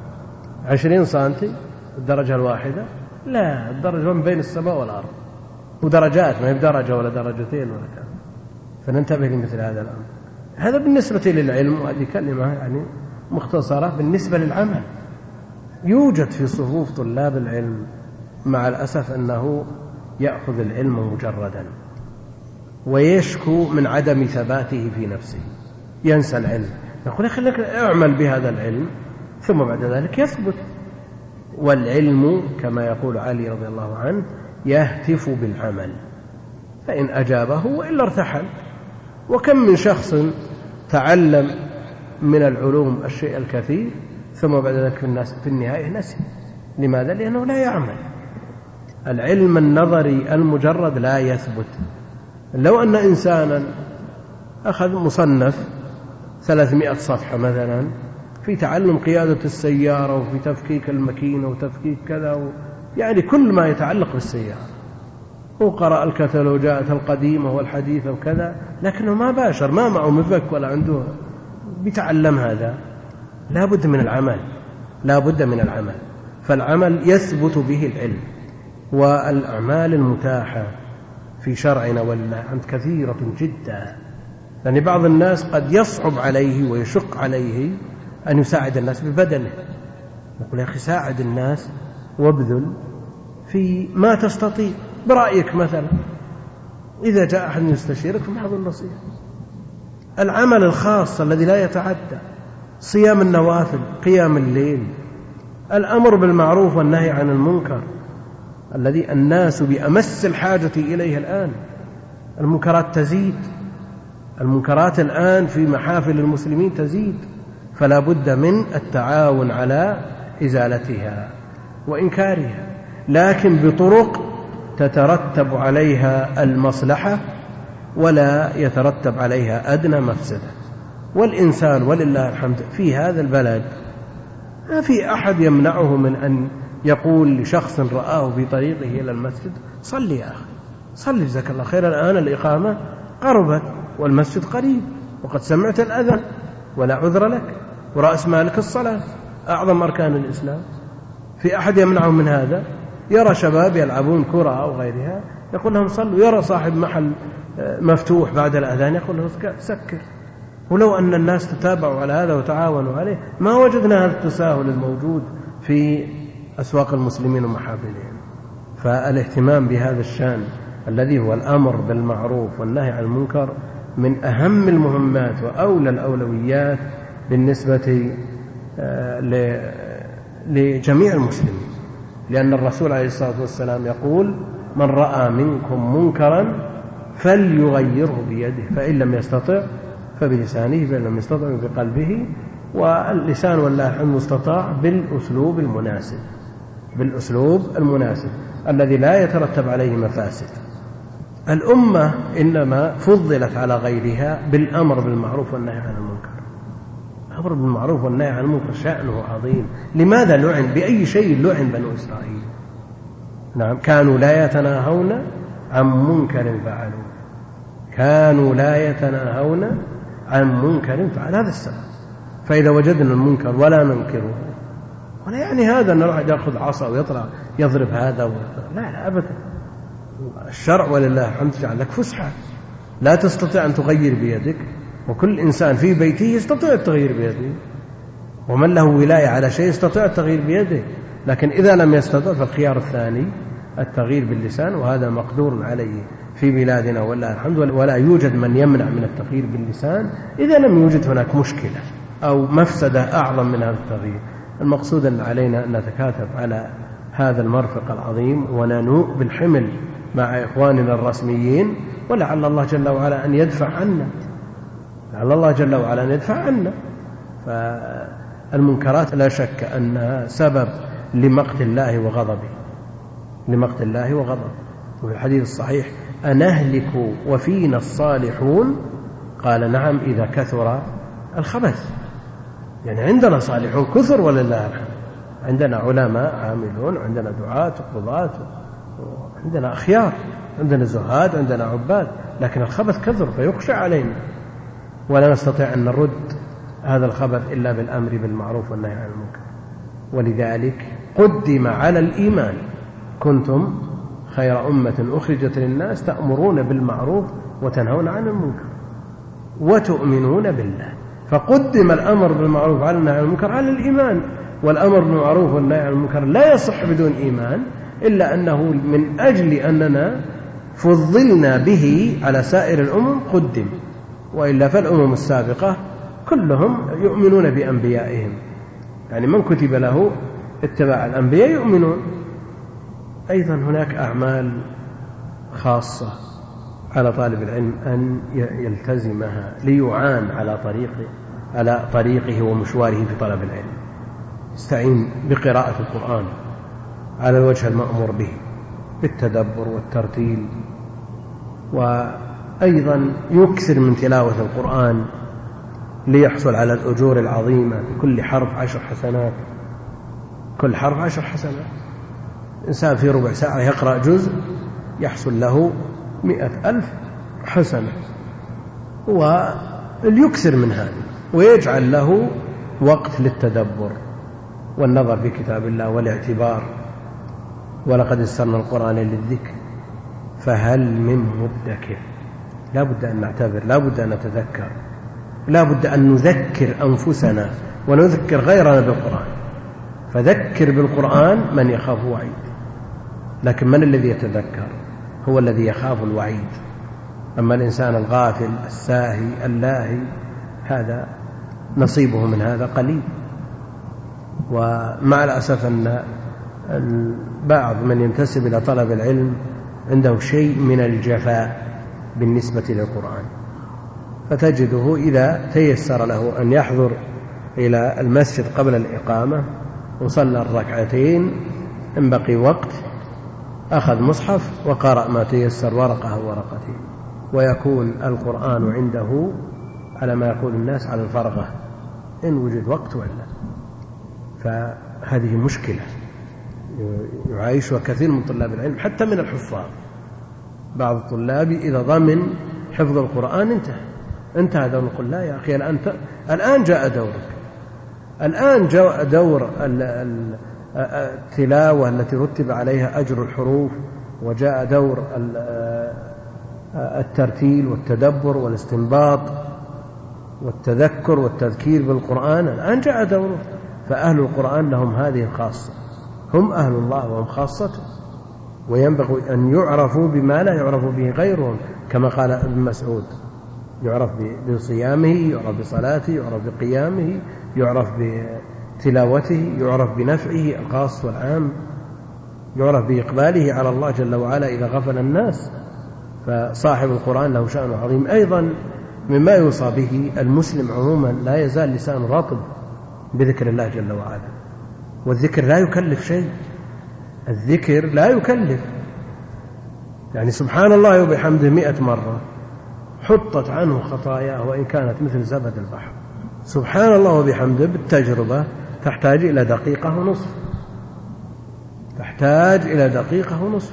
20 سنتي الدرجة الواحدة، لا، الدرجة من بين السماء والأرض، ودرجات، ما هي بدرجة ولا درجتين ولا كذا. فننتبه لمثل هذا الأمر. هذا بالنسبة للعلم، وهذه كلمة يعني مختصرة. بالنسبة للعمل، يوجد في صفوف طلاب العلم مع الأسف أنه يأخذ العلم مجردا ويشكو من عدم ثباته في نفسه، ينسى العلم، يقول: خليك اعمل بهذا العلم ثم بعد ذلك يثبت. والعلم كما يقول علي رضي الله عنه: يهتف بالعمل، فإن أجابه وإلا ارتحل. وكم من شخص تعلم من العلوم الشيء الكثير ثم بعد ذلك في النهاية نسي. لماذا؟ لأنه لا يعمل. العلم النظري المجرد لا يثبت. لو أن إنسانا أخذ مصنف 300 صفحة مثلا في تعلم قيادة السيارة وفي تفكيك الماكينة وتفكيك كذا يعني كل ما يتعلق بالسيارة، وقرأ الكتالوجات القديمة والحديثة وكذا، لكنه ما باشر، ما معه مفك ولا عنده بيتعلم هذا. لا بد من العمل، لا بد من العمل. فالعمل يثبت به العلم. والأعمال المتاحة في شرعنا والله كثيرة جدا، يعني بعض الناس قد يصعب عليه ويشق عليه أن يساعد الناس ببدنه. يقول: يا أخي ساعد الناس وابذل في ما تستطيع برأيك مثلا، إذا جاء أحد يستشيرك فمحض النصيحة. العمل الخاص الذي لا يتعدى، صيام النوافل، قيام الليل، الأمر بالمعروف والنهي عن المنكر الذي الناس بأمس الحاجة إليه الآن. المنكرات تزيد، المنكرات الآن في محافل المسلمين تزيد، فلا بد من التعاون على إزالتها وإنكارها، لكن بطرق تترتب عليها المصلحة ولا يترتب عليها أدنى مفسدة. والإنسان ولله الحمد في هذا البلد ما في أحد يمنعه من أن يقول لشخص رآه في طريقه إلى المسجد: صلي يا أخي، صلي جزاك الله خير، الآن الإقامة قربت والمسجد قريب وقد سمعت الأذان ولا عذر لك، ورأس مالك الصلاة أعظم أركان الإسلام. في أحد يمنعه من هذا؟ يرى شباب يلعبون كرة أو غيرها يقول لهم صلوا، يرى صاحب محل مفتوح بعد الأذان يقول له سكر. ولو أن الناس تتابعوا على هذا وتعاونوا عليه ما وجدنا هذا التساهل الموجود في أسواق المسلمين ومحافلهم. فالاهتمام بهذا الشأن الذي هو الأمر بالمعروف والنهي عن المنكر من أهم المهمات وأولى الأولويات بالنسبة لجميع المسلمين، لأن الرسول عليه الصلاة والسلام يقول: من رأى منكم منكرا فليغيره بيده، فإن لم يستطع فبلسانه، فإن لم يستطع بقلبه. واللسان والله المستطاع بالأسلوب المناسب، بالأسلوب المناسب الذي لا يترتب عليه مفاسد. الأمة إنما فضلت على غيرها بالأمر بالمعروف والنهي عن المنكر. الأمر بالمعروف والنهي عن المنكر شأنه عظيم. لماذا لعن؟ بأي شيء لعن بنو إسرائيل؟ نعم، كانوا لا يتناهون عن منكر فعلوا، كانوا لا يتناهون عن منكر فعل. هذا السبب. فإذا وجدنا المنكر ولا ننكره، ولا يعني هذا أن الواحد يأخذ عصا ويطلع يضرب هذا لا أبدا. الشرع ولله الحمد جعل لك فسحة، لا تستطيع أن تغير بيدك، وكل إنسان في بيته يستطيع التغيير بيده، ومن له ولاية على شيء يستطيع التغيير بيده. لكن إذا لم يستطع فالخيار الثاني التغيير باللسان، وهذا مقدور عليه في بلادنا والله الحمد، ولا يوجد من يمنع من التغيير باللسان إذا لم يوجد هناك مشكلة أو مفسدة أعظم من هذا التغيير. المقصود أن علينا أن نتكاتف على هذا المرفق العظيم وننوء بالحمل مع إخواننا الرسميين، ولعل الله جل وعلا أن يدفع عنا، لعل الله جل وعلا أن يدفع عنا. فالمنكرات لا شك أنها سبب لمقت الله وغضبه، لمقت الله وغضبه. وفي الحديث الصحيح: أنهلك وفينا الصالحون؟ قال: نعم، إذا كثر الخبث. يعني عندنا صالحون كثر ولله الحمد، عندنا علماء عاملون، عندنا دعاة وقضاة، عندنا أخيار، عندنا زهاد، عندنا عباد، لكن الخبث كثر فيخشى علينا، ولا نستطيع أن نرد هذا الخبث إلا بالأمر بالمعروف والنهي عن المنكر. ولذلك قدم على الإيمان: كنتم خير أمة أخرجت للناس تأمرون بالمعروف وتنهون عن المنكر وتؤمنون بالله. فقدم الأمر بالمعروف على النهي عن المنكر على الإيمان. والأمر بالمعروف والنهي عن المنكر لا يصح بدون إيمان، إلا أنه من أجل أننا فضلنا به على سائر الأمم قدم، وإلا فالأمم السابقة كلهم يؤمنون بأنبيائهم، يعني من كتب له اتباع الأنبياء يؤمنون. أيضا هناك أعمال خاصة على طالب العلم أن يلتزمها ليعان على طريقه ومشواره في طلب العلم. استعين بقراءة القرآن على الوجه المأمور به، بالتدبر والترتيل، وأيضا يكثر من تلاوة القرآن ليحصل على الأجور العظيمة. كل حرف 10 حسنات، كل حرف 10 حسنات. إنسان في ربع ساعة يقرأ جزء يحصل له 100,000 حسنة. وليكثر من هذا، ويجعل له وقت للتدبر والنظر في كتاب الله والاعتبار. ولقد يسرنا القرآن للذكر فهل من مدكر. لا بد أن نعتبر، لا بد أن نتذكر، لا بد أن نذكر أنفسنا ونذكر غيرنا بالقرآن. فذكر بالقرآن من يخاف وعيد، لكن من الذي يتذكر؟ هو الذي يخاف الوعيد. أما الإنسان الغافل الساهي اللاهي هذا نصيبه من هذا قليل. ومع الأسف أن بعض من ينتسب إلى طلب العلم عنده شيء من الجفاء بالنسبة للقرآن، فتجده إذا تيسر له أن يحضر إلى المسجد قبل الإقامة وصلى الركعتين، إن بقي وقت أخذ مصحف وقرأ ما تيسر، ورقة أو ورقتين، ويكون القرآن عنده على ما يقول الناس على الفرغة إن وجد وقت ولا. فهذه مشكلة يعيشها كثير من طلاب العلم حتى من الحفاظ. بعض الطلاب إذا ضمن حفظ القرآن انتهى دور. نقول: لا يا أخي، الآن جاء دورك، الآن جاء دور التلاوة التي رتب عليها أجر الحروف، وجاء دور الترتيل والتدبر والاستنباط والتذكر والتذكير بالقرآن. الآن جاء دوره. فأهل القرآن لهم هذه الخاصة، هم أهل الله وهم خاصته، وينبغي أن يعرفوا بما لا يعرف به غيرهم، كما قال ابن مسعود: يعرف بصيامه، يعرف بصلاته، يعرف بقيامه، يعرف بتلاوته، يعرف بنفعه الخاص والعام. يعرف بإقباله على الله جل وعلا إذا غفل الناس. فصاحب القرآن له شأن عظيم. أيضا مما يوصى به المسلم عموما لا يزال لسانه رطب بذكر الله جل وعلا، والذكر لا يكلف شيء، الذكر لا يكلف. يعني سبحان الله وبحمده 100 مرة حطت عنه خطاياه وإن كانت مثل زبد البحر. سبحان الله وبحمده بالتجربة تحتاج إلى دقيقة ونصف، تحتاج إلى دقيقة ونصف،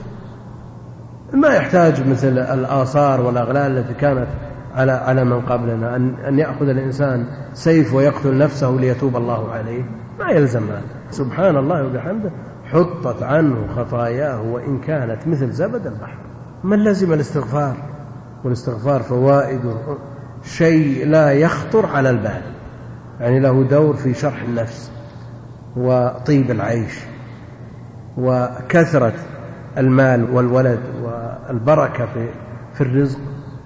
ما يحتاج مثل الآثار والأغلال التي كانت على من قبلنا أن يأخذ الإنسان سيف ويقتل نفسه ليتوب الله عليه، ما يلزم هذا. سبحان الله وبحمده حطت عنه خطاياه وإن كانت مثل زبد البحر. من لزم الاستغفار، والاستغفار فوائده شيء لا يخطر على البال، يعني له دور في شرح النفس وطيب العيش وكثرة المال والولد والبركة في الرزق.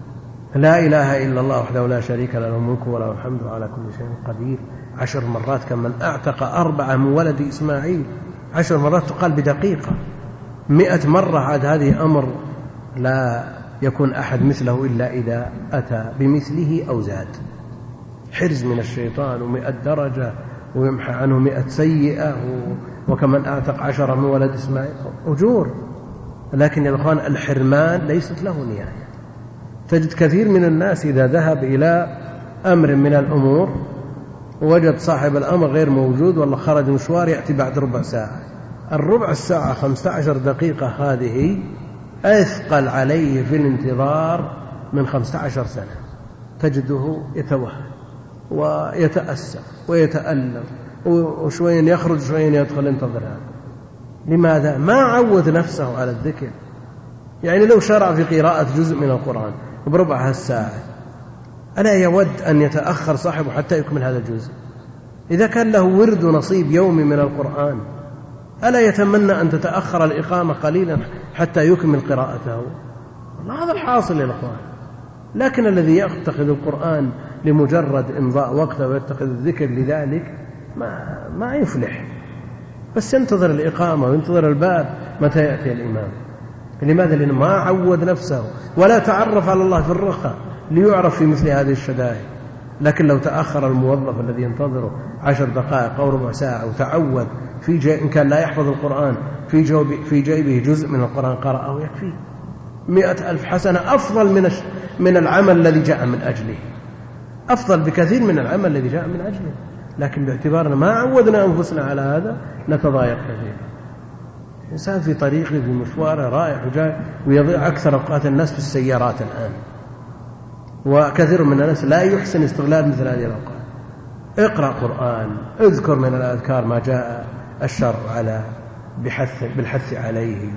لا إله إلا الله وحده لا شريك له، له الملك وله الحمد على كل شيء قدير 10 مرات، كمن أعتق 4 من ولد إسماعيل 10 مرات تقال بدقيقة. 100 مرة عاد هذه أمر لا يكون أحد مثله إلا إذا أتى بمثله أو زاد. حرز من الشيطان و100 درجة ويمحى عنه 100 سيئة، وكمن أعتق 10 من ولد إسماعيل أجور. لكن يا أخوان الحرمان ليست له نهاية. تجد كثير من الناس إذا ذهب إلى أمر من الأمور ووجد صاحب الأمر غير موجود والله خرج مشوار يأتي بعد ربع ساعة، الربع الساعة 15 دقيقة هذه أثقل عليه في الانتظار من 15 سنة. تجده يتوهم ويتأسى ويتألم وشوين يخرج شوين يدخل، انتظر هذا. لماذا؟ ما عود نفسه على الذكر. يعني لو شرع في قراءة جزء من القرآن بربع هالساعة ألا يود أن يتأخر صاحبه حتى يكمل هذا الجزء؟ إذا كان له ورد ونصيب يومي من القرآن ألا يتمنى أن تتأخر الإقامة قليلا حتى يكمل قراءته؟ والله هذا الحاصل يا أخوان. لكن الذي يتخذ القرآن لمجرد إمضاء وقته ويتخذ الذكر لذلك ما يفلح، بس ينتظر الإقامة وينتظر الباب متى يأتي الإمام. لماذا؟ لأنه ما عود نفسه ولا تعرف على الله في الرخاء ليعرف في مثل هذه الشدائد. لكن لو تأخر الموظف الذي ينتظره 10 دقائق أو ربع ساعة وتعود إن كان لا يحفظ القرآن في جيبه جزء من القرآن قرأه يكفي 100,000 حسنة، أفضل من العمل الذي جاء من أجله، أفضل بكثير من العمل الذي جاء من أجله. لكن باعتبارنا ما عودنا أنفسنا على هذا نتضايق كثيرا. الإنسان في طريقه في مشواره رايح وجاي ويضيع أكثر أوقات الناس في السيارات الآن، وكثير من الناس لا يحسن استغلال مثل هذه الأوقات. اقرأ قرآن، اذكر من الأذكار ما جاء الشرع على بالحث عليه،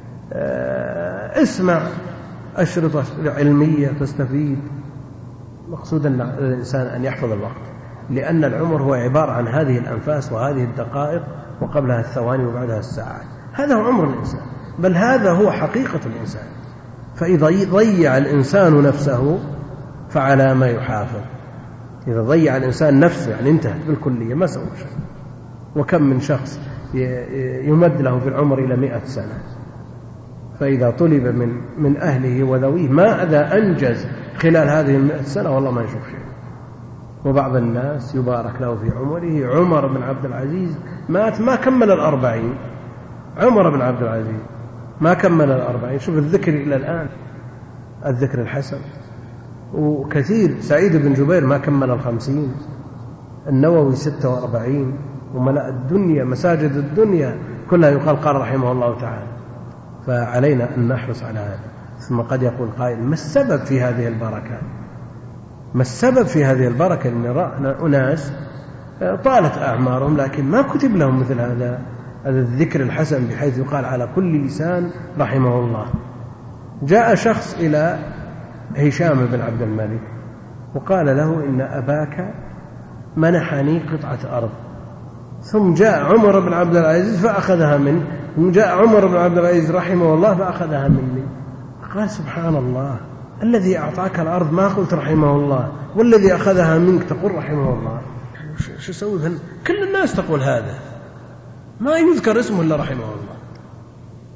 اسمع أشرطة علمية تستفيد. مقصود الإنسان أن يحفظ الوقت، لأن العمر هو عبارة عن هذه الأنفاس وهذه الدقائق وقبلها الثواني وبعدها الساعات. هذا هو عمر الإنسان، بل هذا هو حقيقة الإنسان. فإذا ضيع الإنسان نفسه فعلى ما يحافظ. إذا ضيع الإنسان نفسه يعني انتهت بالكلية ما سوى شيء. وكم من شخص يمد له في العمر إلى 100 سنة، فإذا طلب من أهله وذويه ماذا أنجز خلال هذه 100 سنة والله ما يشوف شيء. وبعض الناس يبارك له في عمره. عمر بن عبد العزيز مات ما كمل 40. عمر بن عبد العزيز ما كمل 40. شوف الذكر إلى الآن، الذكر الحسن. وكثير سعيد بن جبير ما كمل 50. النووي 46. وملأ الدنيا مساجد الدنيا كلها يقال قال رحمه الله تعالى. فعلينا أن نحرص على هذا. ثم قد يقول قائل ما السبب في هذه البركة؟ ما السبب في هذه البركة؟ إن رأنا أناس طالت أعمارهم لكن ما كتب لهم مثل هذا الذكر الحسن بحيث يقال على كل لسان رحمه الله. جاء شخص إلى هشام بن عبد الملك وقال له إن أباك منحني قطعة أرض، ثم جاء عمر بن عبد العزيز فأخذها منه، ثم جاء عمر بن عبد العزيز رحمه الله فأخذها مني. قال سبحان الله، الذي أعطاك الأرض ما قلت رحمه الله، والذي أخذها منك تقول رحمه الله. شو سوي؟ كل الناس تقول هذا، ما يذكر اسمه إلا رحمه الله.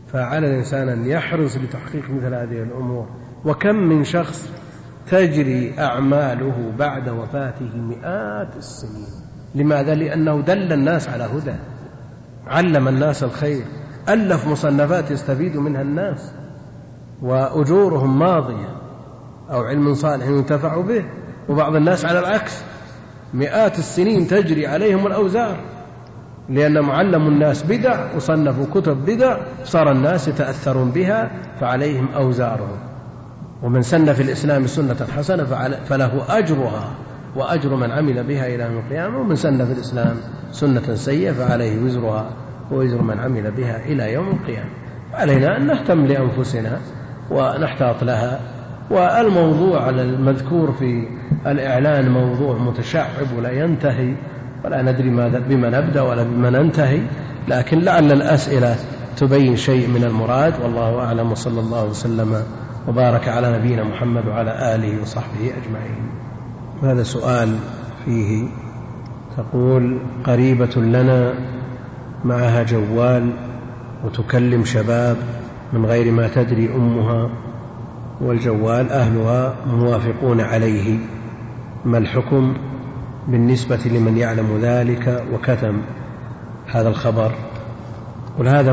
فعلى الإنسان أن يحرص لتحقيق مثل هذه الأمور. وكم من شخص تجري أعماله بعد وفاته مئات السنين. لماذا؟ لأنه دل الناس على هدى، علم الناس الخير، ألف مصنفات يستفيد منها الناس وأجورهم ماضية، أو علم صالح ينتفع به. وبعض الناس على العكس مئات السنين تجري عليهم الأوزار، لأنهم علموا الناس بدع وصنفوا كتب بدع، صار الناس يتأثرون بها فعليهم أوزارهم. ومن سن في الإسلام سنة حسنة فله أجرها وأجر من عمل بها إلى يوم القيامة، ومن سن في الإسلام سنة سيئة فعليه وزرها ووزر من عمل بها إلى يوم القيامة. علينا أن نهتم لأنفسنا ونحتاط لها. والموضوع المذكور في الإعلان موضوع متشعب ولا ينتهي، ولا ندري بما نبدأ ولا بما ننتهي، لكن لعل الأسئلة تبين شيء من المراد، والله أعلم. وصلى الله وسلم وبارك على نبينا محمد وعلى آله وصحبه أجمعين. هذا سؤال فيه، تقول: قريبة لنا معها جوال وتكلم شباب من غير ما تدري أمها، والجوال أهلها موافقون عليه، ما الحكم بالنسبة لمن يعلم ذلك وكتم هذا الخبر؟ وهذا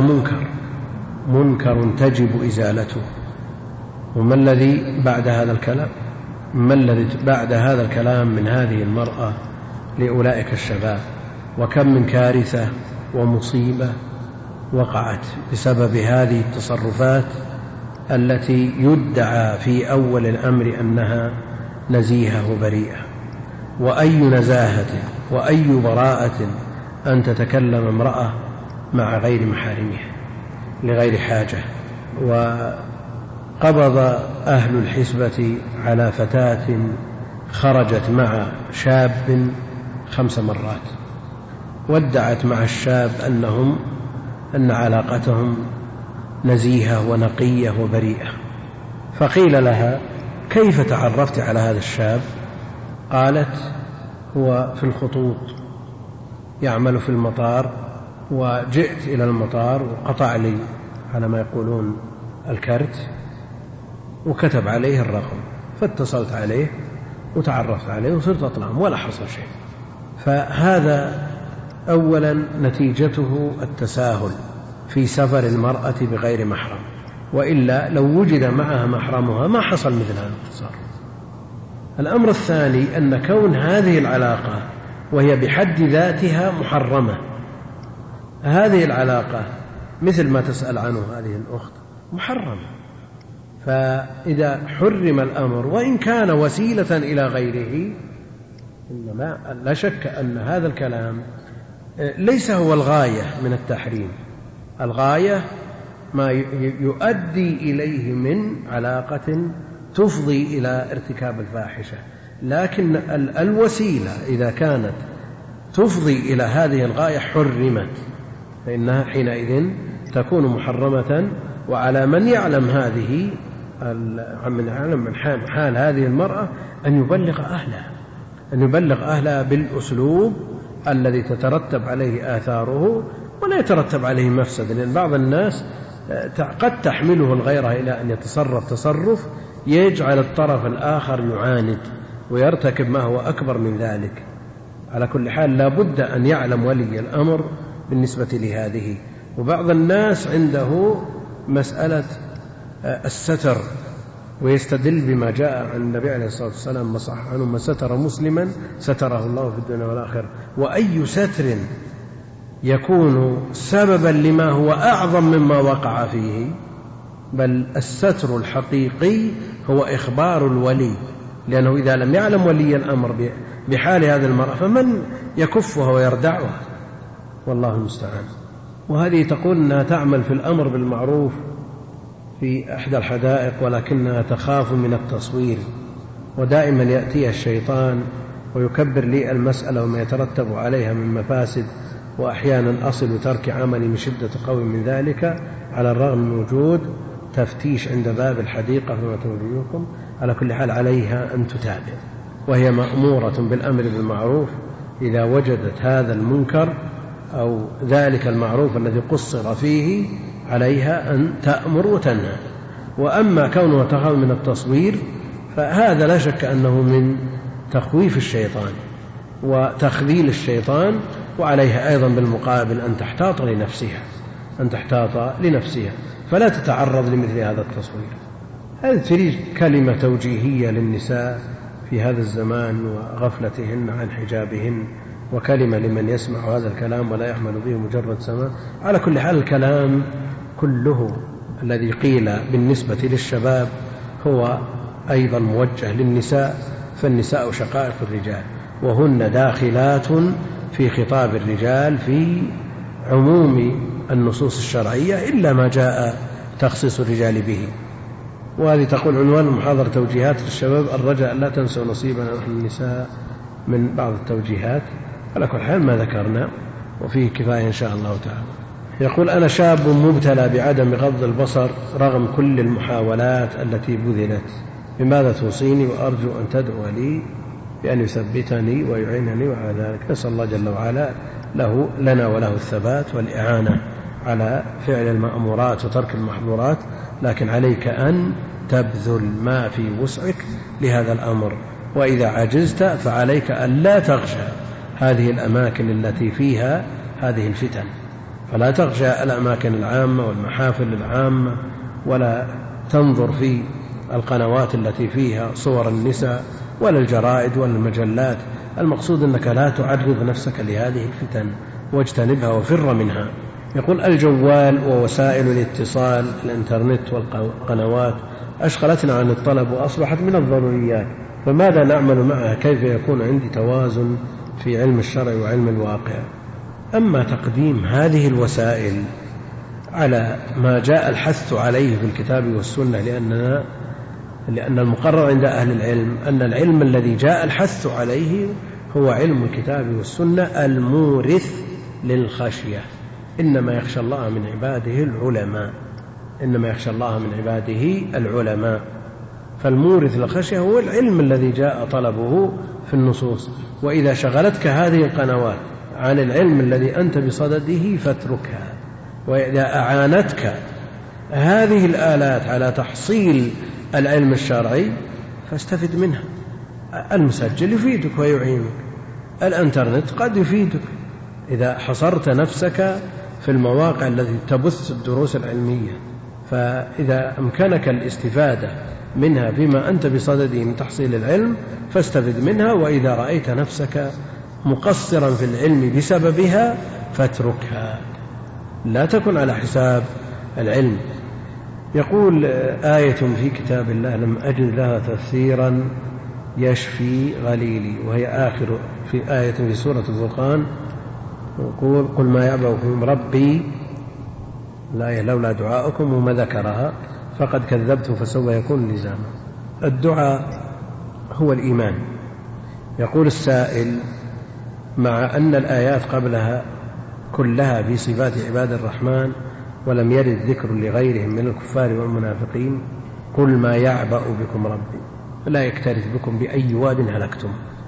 منكر تجب إزالته. وما الذي بعد هذا الكلام؟ ما الذي بعد هذا الكلام من هذه المرأة لأولئك الشباب؟ وكم من كارثة ومصيبة وقعت بسبب هذه التصرفات التي يدعى في أول الأمر أنها نزيهة وبريئة. وأي نزاهة وأي براءة أن تتكلم امرأة مع غير محارمها لغير حاجة. وقبض أهل الحسبة على فتاة خرجت مع شاب 5 مرات، وادعت مع الشاب أن علاقتهم نزيهة ونقية وبريئة. فقيل لها: كيف تعرفت على هذا الشاب؟ قالت: هو في الخطوط، يعمل في المطار، وجئت إلى المطار وقطع لي على ما يقولون الكرت وكتب عليه الرقم، فاتصلت عليه وتعرفت عليه وصرت أطلعهم ولا حصل شيء. فهذا أولا نتيجته التساهل في سفر المرأة بغير محرم، وإلا لو وجد معها محرمها ما حصل مثل هذا التصرف. الأمر الثاني أن كون هذه العلاقة وهي بحد ذاتها محرمة، هذه العلاقة مثل ما تسأل عنه هذه الأخت محرمة، فإذا حرم الأمر وإن كان وسيلة إلى غيره، إنما لا شك أن هذا الكلام ليس هو الغاية من التحريم. الغاية ما يؤدي إليه من علاقة تفضي إلى ارتكاب الفاحشة، لكن الوسيلة إذا كانت تفضي إلى هذه الغاية حرمت، فإنها حينئذ تكون محرمة. وعلى من يعلم من حال هذه المرأة أن يبلغ أهلها بالأسلوب الذي تترتب عليه آثاره ولا يترتب عليه مفسدة. لأن بعض الناس قد تحمله الغيرة إلى أن يتصرف تصرف يجعل الطرف الآخر يعاند ويرتكب ما هو أكبر من ذلك. على كل حال لا بد أن يعلم ولي الأمر بالنسبة لهذه. وبعض الناس عنده مسألة الستر، ويستدل بما جاء عن النبي عليه الصلاة والسلام ما صح عنه: من ستر مسلما ستره الله في الدنيا والآخرة. وأي ستر يكون سببا لما هو أعظم مما وقع فيه، بل الستر الحقيقي هو إخبار الولي، لأنه إذا لم يعلم ولي الأمر بحال هذه المرأة فمن يكفها ويردعها؟ والله المستعان. وهذه تقول أنها تعمل في الأمر بالمعروف في إحدى الحدائق، ولكنها تخاف من التصوير، ودائما يأتيها الشيطان ويكبر لي المسألة وما يترتب عليها من مفاسد، وأحيانا أصل ترك عملي من شدة قوي من ذلك، على الرغم من وجود تفتيش عند باب الحديقة فيما توليكم. على كل حال عليها أن تتابع، وهي مأمورة بالأمر بالمعروف إذا وجدت هذا المنكر أو ذلك المعروف الذي قصر فيه عليها أن تأمر وتنهى. وأما كونه تخاف من التصوير فهذا لا شك أنه من تخويف الشيطان وتخذيل الشيطان، وعليها أيضا بالمقابل أن تحتاط لنفسها فلا تتعرض لمثل هذا التصوير. هذه تريد كلمة توجيهية للنساء في هذا الزمان وغفلتهن عن حجابهن، وكلمة لمن يسمع هذا الكلام ولا يعمل به مجرد سماع. على كل حال الكلام كله الذي قيل بالنسبة للشباب هو أيضا موجه للنساء، فالنساء شقائق الرجال وهن داخلات في خطاب الرجال في عموم النصوص الشرعية إلا ما جاء تخصيص الرجال به. وهذه تقول عنوان المحاضرة توجيهات للشباب، الرجاء لا تنسوا نصيبنا نحن النساء من بعض التوجيهات. على كل حال ما ذكرنا وفيه كفاية إن شاء الله تعالى. يقول أنا شاب مبتلى بعدم غض البصر رغم كل المحاولات التي بذلت، بماذا توصيني؟ وأرجو أن تدعو لي بأن يثبتني ويعينني وعلى ذلك. نسأل الله جل وعلا لنا وله الثبات والإعانة على فعل المأمورات وترك المحظورات، لكن عليك أن تبذل ما في وسعك لهذا الأمر، وإذا عجزت فعليك أن لا تغشى هذه الأماكن التي فيها هذه الفتن، فلا تغشى الأماكن العامة والمحافل العامة، ولا تنظر في القنوات التي فيها صور النساء ولا الجرائد ولا المجلات. المقصود أنك لا تعرض نفسك لهذه الفتن واجتنبها وفر منها. يقول الجوال ووسائل الاتصال الإنترنت والقنوات أشغلتنا عن الطلب وأصبحت من الضروريات، فماذا نعمل معها؟ كيف يكون عندي توازن في علم الشرع وعلم الواقع؟ أما تقديم هذه الوسائل على ما جاء الحث عليه في الكتاب والسنة، لأن المقرر عند أهل العلم أن العلم الذي جاء الحث عليه هو علم الكتاب والسنة المورث للخشية. إنما يخشى الله من عباده العلماء، فالمورث للخشية هو العلم الذي جاء طلبه في النصوص. وإذا شغلتك هذه القنوات عن العلم الذي أنت بصدده فاتركها، وإذا أعانتك هذه الآلات على تحصيل العلم الشرعي فاستفد منها. المسجل يفيدك ويعينك، الانترنت قد يفيدك إذا حصرت نفسك في المواقع التي تبث الدروس العلمية، فإذا أمكنك الاستفادة منها بما أنت بصدده من تحصيل العلم فاستفد منها، وإذا رأيت نفسك مقصرا في العلم بسببها فاتركها، لا تكن على حساب العلم. يقول آية في كتاب الله لم أجد لها تفسيرا يشفي غليلي، وهي آخر في آية في سورة الفرقان، قل ما يعبأ بكم ربي لولا دعاؤكم، وما ذكرها فقد كذبتم فسوف يكون لزاما. الدعاء هو الإيمان. يقول السائل مع أن الآيات قبلها كلها في صفات عباد الرحمن ولم يرد ذكر لغيرهم من الكفار والمنافقين، قل ما يعبأ بكم ربي لا يكترث بكم بأي واد هلكتم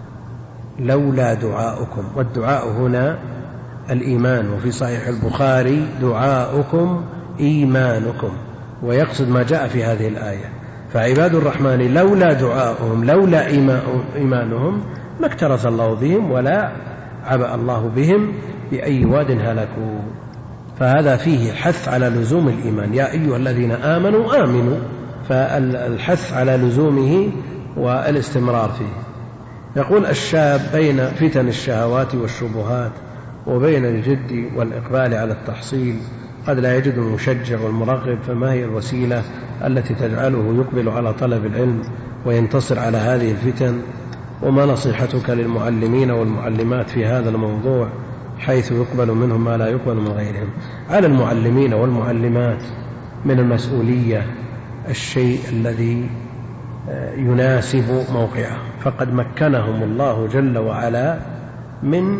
لولا دعاؤكم. والدعاء هنا الإيمان، وفي صحيح البخاري دعاؤكم إيمانكم، ويقصد ما جاء في هذه الآية. فعباد الرحمن لولا دعاؤهم لولا إيمانهم ما اكترث الله بهم ولا عبأ الله بهم بأي واد هلكوا. فهذا فيه الحث على لزوم الإيمان، يا أيها الذين آمنوا آمنوا، فالحث على لزومه والاستمرار فيه. يقول الشاب بين فتن الشهوات والشبهات وبين الجد والإقبال على التحصيل قد لا يجد المشجع والمرغب، فما هي الوسيلة التي تجعله يقبل على طلب العلم وينتصر على هذه الفتن؟ وما نصيحتك للمعلمين والمعلمات في هذا الموضوع حيث يقبل منهم ما لا يقبل من غيرهم؟ على المعلمين والمعلمات من المسؤولية الشيء الذي يناسب موقعه، فقد مكنهم الله جل وعلا من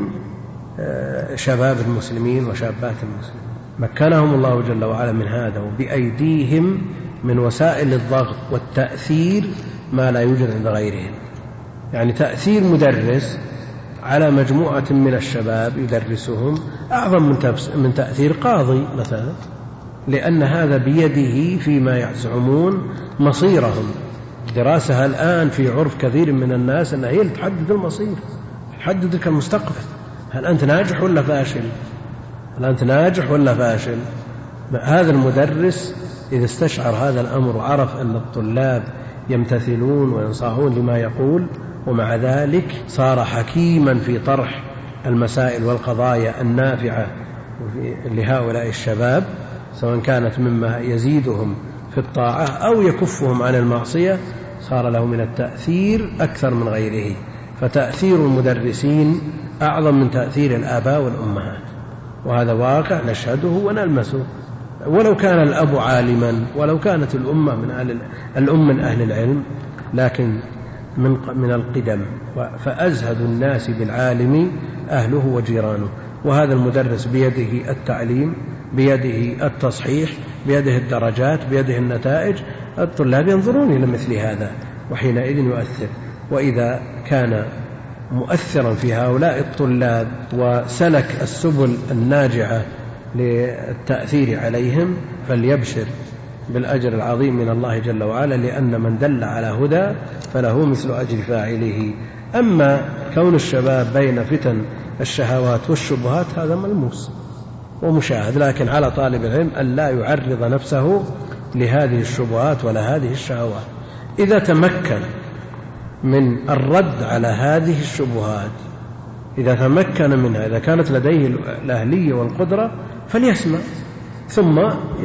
شباب المسلمين وشابات المسلمين، مكنهم الله جل وعلا من هذا، وبأيديهم من وسائل الضغط والتأثير ما لا يوجد عند غيرهم. يعني تأثير مدرس على مجموعة من الشباب يدرسهم أعظم من تأثير قاضي مثلا. لأن هذا بيده فيما يزعمون مصيرهم. دراسة الآن في عرف كثير من الناس أنها هي اللي تحدد المصير، تحدد المستقبل. هل أنت ناجح ولا فاشل؟ هل أنت ناجح ولا فاشل؟ هذا المدرس إذا استشعر هذا الأمر وعرف أن الطلاب يمتثلون وينصاعون لما يقول، ومع ذلك صار حكيما في طرح المسائل والقضايا النافعة لهؤلاء الشباب، سواء كانت مما يزيدهم في الطاعة أو يكفهم عن المعصية، صار له من التأثير أكثر من غيره. فتأثير المدرسين أعظم من تأثير الآباء والأمهات، وهذا واقع نشهده ونلمسه. ولو كان الأب عالما، ولو كانت الأم من أهل العلم، لكن من القدم، فأزهد الناس بالعالم أهله وجيرانه. وهذا المدرس بيده التعليم، بيده التصحيح، بيده الدرجات، بيده النتائج. الطلاب ينظرون إلى مثل هذا وحينئذ يؤثر. وإذا كان مؤثرا في هؤلاء الطلاب وسلك السبل الناجعة للتأثير عليهم، فليبشر بالأجر العظيم من الله جل وعلا، لأن من دل على هدى فله مثل أجر فاعله. أما كون الشباب بين فتن الشهوات والشبهات هذا ملموس ومشاهد، لكن على طالب العلم أن لا يعرض نفسه لهذه الشبهات ولا هذه الشهوات. إذا تمكن من الرد على هذه الشبهات، إذا تمكن منها، إذا كانت لديه الأهلية والقدرة، فليسمع ثم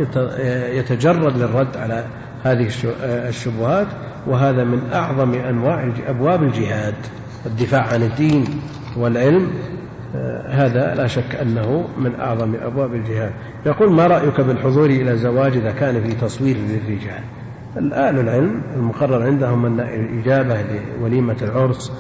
يتجرد للرد على هذه الشبهات. وهذا من أعظم أنواع أبواب الجهاد، الدفاع عن الدين والعلم، هذا لا شك أنه من أعظم أبواب الجهاد. يقول: ما رأيك بالحضور إلى الزواج إذا كان في تصوير للرجال؟ الآن العلم المقرر عندهم أن الإجابة لوليمة العرس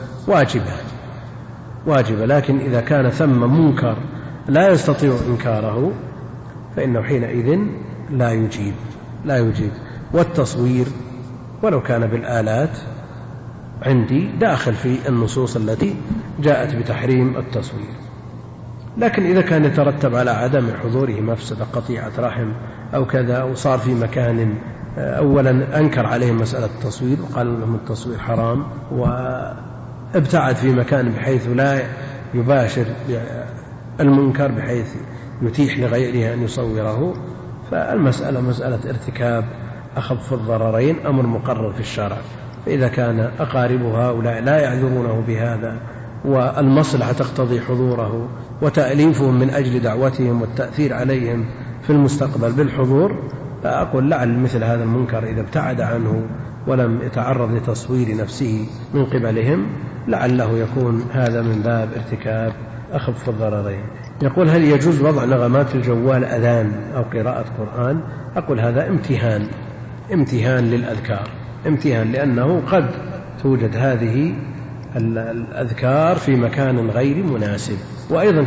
واجبة، لكن إذا كان ثم منكر لا يستطيع إنكاره فإنه حينئذ لا يجيب. والتصوير ولو كان بالآلات عندي داخل في النصوص التي جاءت بتحريم التصوير، لكن إذا كان يترتب على عدم حضوره مفسدة، قطيعة رحم أو كذا، وصار في مكان أولا أنكر عليهم مسألة التصوير وقال لهم التصوير حرام، وابتعد في مكان بحيث لا يباشر المنكر بحيث يتيح لغيره أن يصوره، فالمسألة مسألة ارتكاب أخف الضررين، أمر مقرر في الشرع. فإذا كان أقارب هؤلاء لا يعذرونه بهذا والمصلحة تقتضي حضوره وتأليفهم من أجل دعوتهم والتأثير عليهم في المستقبل بالحضور، فأقول لعل مثل هذا المنكر إذا ابتعد عنه ولم يتعرض لتصوير نفسه من قبلهم، لعله يكون هذا من باب ارتكاب أخف الضررين. يقول: هل يجوز وضع نغمات في الجوال أذان أو قراءة قرآن؟ أقول هذا امتهان للأذكار، لأنه قد توجد هذه الأذكار في مكان غير مناسب. وأيضا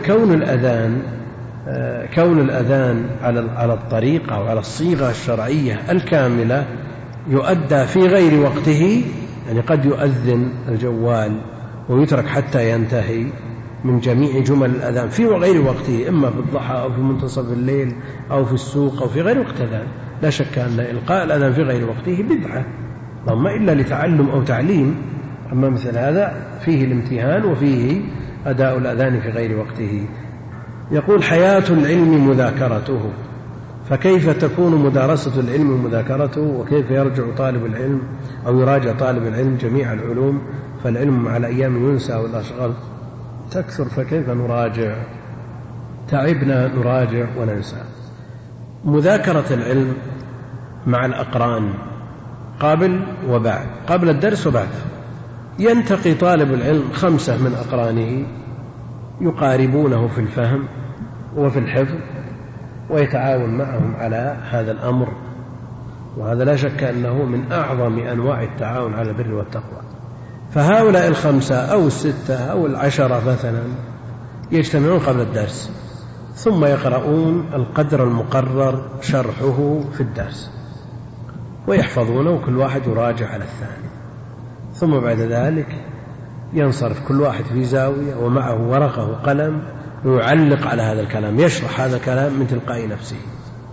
كون الأذان على الطريقة وعلى الصيغة الشرعية الكاملة يؤدى في غير وقته، يعني قد يؤذن الجوال ويترك حتى ينتهي من جميع جمل الأذان في غير وقته، إما في الضحى أو في منتصف الليل أو في السوق أو في غير وقت الأذان. لا شك أن إلقاء الأذان في غير وقته بدعة، اللهم إلا لتعلم أو تعليم. أما مثل هذا فيه الامتهان وفيه أداء الأذان في غير وقته. يقول: حياة العلم مذاكرته، فكيف تكون مدارسة العلم ومذاكرته؟ وكيف يرجع طالب العلم أو يراجع طالب العلم جميع العلوم؟ فالعلم مع الأيام ينسى والأشغال تكثر، فكيف نراجع؟ تعبنا نراجع وننسى. مذاكرة العلم مع الأقران قبل وبعد، قبل الدرس وبعد. ينتقي طالب العلم 5 من أقرانه يقاربونه في الفهم وفي الحفظ، ويتعاون معهم على هذا الأمر، وهذا لا شك أنه من أعظم أنواع التعاون على البر والتقوى. فهؤلاء 5 أو 6 أو 10 مثلا يجتمعون قبل الدرس، ثم يقرؤون القدر المقرر شرحه في الدرس ويحفظونه، وكل واحد يراجع على الثاني. ثم بعد ذلك ينصرف كل واحد في زاوية ومعه ورقة وقلم ويعلق على هذا الكلام، يشرح هذا الكلام من تلقاء نفسه.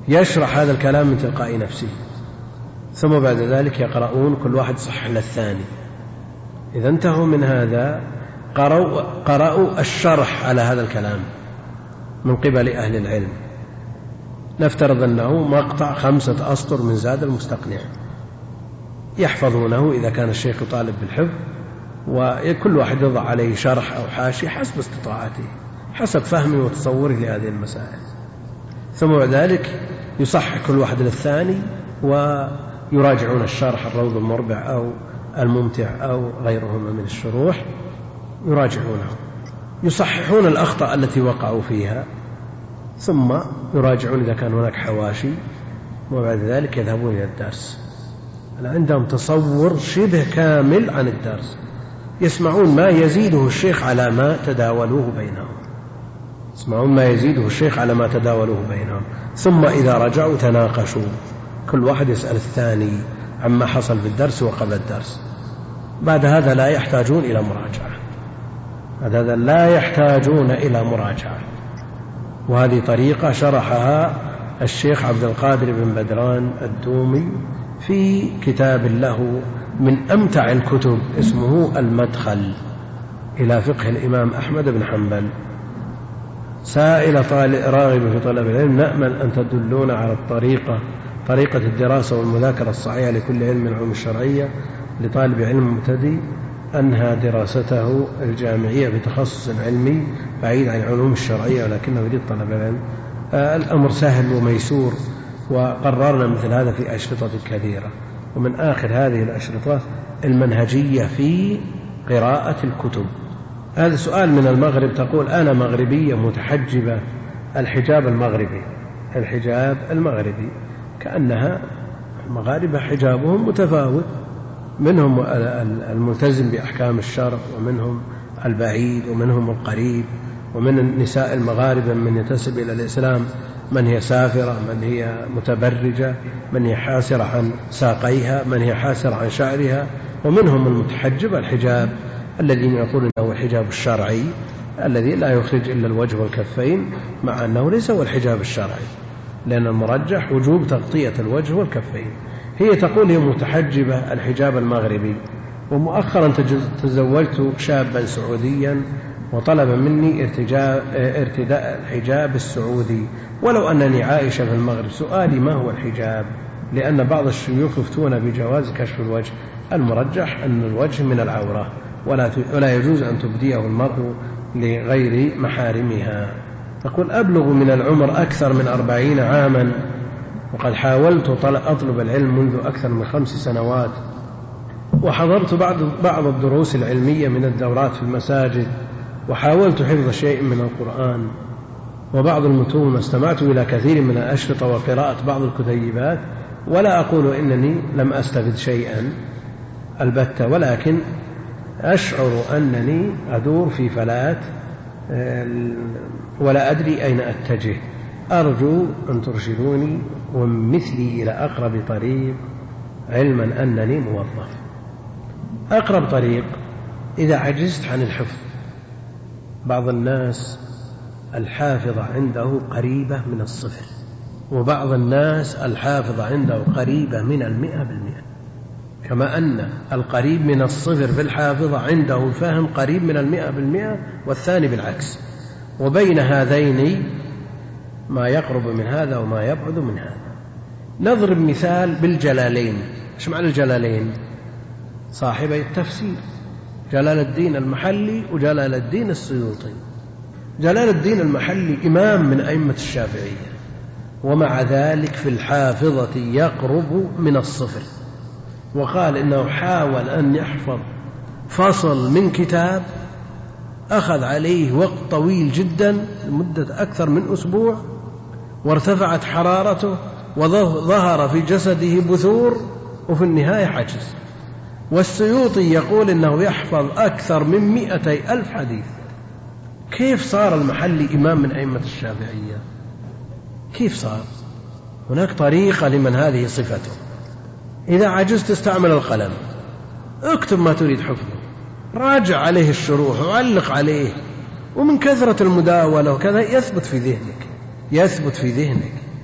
يشرح هذا الكلام من تلقاء نفسه، ثم بعد ذلك يقرؤون كل واحد صح للثاني. إذا انتهوا من هذا قرأوا الشرح على هذا الكلام من قبل أهل العلم. نفترض أنه مقطع 5 أسطر من زاد المستقنع، يحفظونه إذا كان الشيخ طالب بالحفظ، وكل واحد يضع عليه شرح أو حاشية حسب استطاعته، حسب فهمه وتصوره لهذه المسائل. ثم بعد ذلك يصحح كل واحد للثاني، ويراجعون الشرح الروض المربع أو الممتع أو غيرهما من الشروح، يراجعونه، يصححون الأخطاء التي وقعوا فيها، ثم يراجعون إذا كان هناك حواشي، وبعد ذلك يذهبون إلى الدرس. عندهم تصور شبه كامل عن الدرس، يسمعون ما يزيده الشيخ على ما تداولوه بينهم، يسمعون ما يزيده الشيخ على ما تداولوه بينهم. ثم إذا رجعوا تناقشوا، كل واحد يسأل الثاني عما حصل في الدرس وقبل الدرس. بعد هذا لا يحتاجون إلى مراجعة، بعد هذا لا يحتاجون إلى مراجعة. وهذه طريقة شرحها الشيخ عبد القادر بن بدران الدومي في كتاب له من أمتع الكتب اسمه المدخل إلى فقه الإمام أحمد بن حنبل. سائل راغب في طلب العلم، نأمل أن تدلون على طريقة الدراسة والمذاكرة الصحيحة لكل علم من العلوم الشرعية لطالب علم مبتدئ أنهى دراسته الجامعية بتخصص علمي بعيد عن العلوم الشرعية ولكنه يريد طلب العلم. الأمر سهل وميسور، وقررنا مثل هذا في أشرطة كثيرة، ومن آخر هذه الأشرطة المنهجية في قراءة الكتب. هذا سؤال من المغرب، تقول أنا مغربية متحجبة، الحجاب المغربي كأنها المغاربة حجابهم متفاوت، منهم الملتزم بأحكام الشرع، ومنهم البعيد، ومنهم القريب، ومن النساء المغاربة من ينتسب إلى الإسلام من هي سافرة، من هي متبرجة، من هي حاسرة عن ساقيها، من هي حاسرة عن شعرها، ومنهم المتحجب الحجاب الذين يقولون أنه الحجاب الشرعي الذي لا يخرج إلا الوجه والكفين، مع أنه ليس هو الحجاب الشرعي، لأن المرجح وجوب تغطية الوجه والكفين. هي تقول هي متحجبة الحجاب المغربي. ومؤخرا تزوجت شابا سعوديا وطلب مني ارتداء الحجاب السعودي ولو أنني عائشة في المغرب. سؤالي ما هو الحجاب؟ لأن بعض الشيوخ يفتون بجواز كشف الوجه، المرجح أن الوجه من العورة ولا يجوز أن تبديه المرء لغير محارمها. تقول أبلغ من العمر أكثر من 40 عاما، وقد حاولت أطلب العلم منذ أكثر من 5 سنوات، وحضرت بعض الدروس العلمية من الدورات في المساجد، وحاولت حفظ شيء من القرآن وبعض المتون، واستمعت إلى كثير من الأشرطة وقراءة بعض الكتيبات، ولا أقول إنني لم أستفد شيئا البتة، ولكن أشعر أنني أدور في فلات ولا أدري أين أتجه. أرجو أن ترشدوني ومثلي إلى أقرب طريق، علما أنني موظف. أقرب طريق إذا عجزت عن الحفظ، بعض الناس الحافظة عنده قريبة من 0، وبعض الناس الحافظة عنده قريبة من 100%، كما أن القريب من 0 في الحافظة عنده الفهم قريب من 100%، والثاني بالعكس. وبين هذين ما يقرب من هذا وما يبعد من هذا. نضرب مثال بالجلالين. إيش معنى الجلالين؟ صاحبي التفسير، جلال الدين المحلي وجلال الدين السيوطي. جلال الدين المحلي إمام من أئمة الشافعية، ومع ذلك في الحافظة يقرب من 0، وقال إنه حاول أن يحفظ فصل من كتاب أخذ عليه وقت طويل جدا لمدة أكثر من أسبوع، وارتفعت حرارته وظهر في جسده بثور، وفي النهاية عجز. والسيوطي يقول إنه يحفظ أكثر من 200,000 حديث. كيف صار المحلي إمام من أئمة الشافعية؟ كيف صار؟ هناك طريقة لمن هذه صفته. إذا عجزت استعمل القلم، اكتب ما تريد حفظه، راجع عليه الشروح وعلق عليه، ومن كثرة المداولة وكذا يثبت في ذهنك.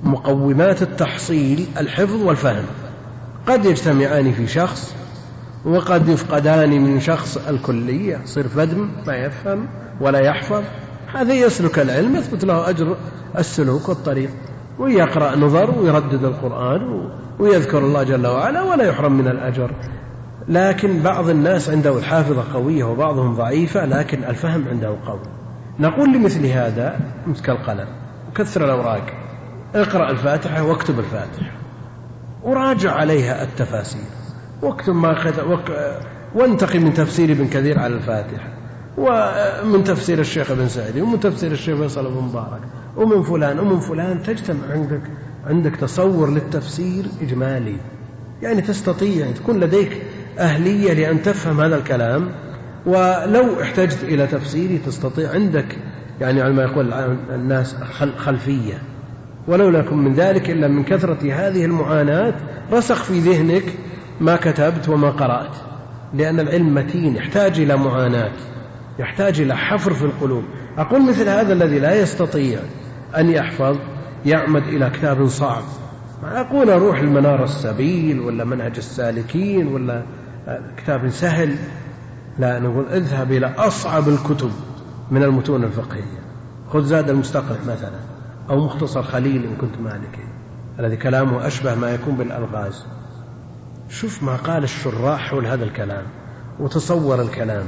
مقومات التحصيل الحفظ والفهم، قد يجتمعان في شخص وقد يفقدان من شخص الكلية، يصير فدم ما يفهم ولا يحفظ. هذا يسلك العلم يثبت له أجر السلوك والطريق، ويقرأ نظر ويردد القرآن ويذكر الله جل وعلا ولا يحرم من الأجر. لكن بعض الناس عنده الحافظة قوية وبعضهم ضعيفة لكن الفهم عنده قوي. نقول لمثل هذا امسك القلم وكثر الأوراق، اقرأ الفاتحة واكتب الفاتحة وراجع عليها التفاسير، واكتب وانتقي من تفسير ابن كثير على الفاتحة، ومن تفسير الشيخ ابن سعدي، ومن تفسير الشيخ فيصل بن مبارك، ومن فلان ومن فلان. تجتمع عندك تصور للتفسير إجمالي، يعني تستطيع أن تكون لديك أهلية لأن تفهم هذا الكلام، ولو احتجت إلى تفسيره تستطيع عندك يعني على ما يقول الناس خلفية. ولو لكم من ذلك إلا من كثرة هذه المعاناة رسخ في ذهنك ما كتبت وما قرأت، لأن العلم متين يحتاج إلى معاناة، يحتاج إلى حفر في القلوب. أقول مثل هذا الذي لا يستطيع أن يحفظ يعمد إلى كتاب صعب، ما أقول روح المنار السبيل ولا منهج السالكين ولا كتاب سهل، لا، نقول اذهب إلى أصعب الكتب من المتون الفقهية. خذ زاد المستقنع مثلا، أو مختصر خليل إن كنت مالكي الذي كلامه أشبه ما يكون بالألغاز. شوف ما قال الشراح حول هذا الكلام وتصور الكلام،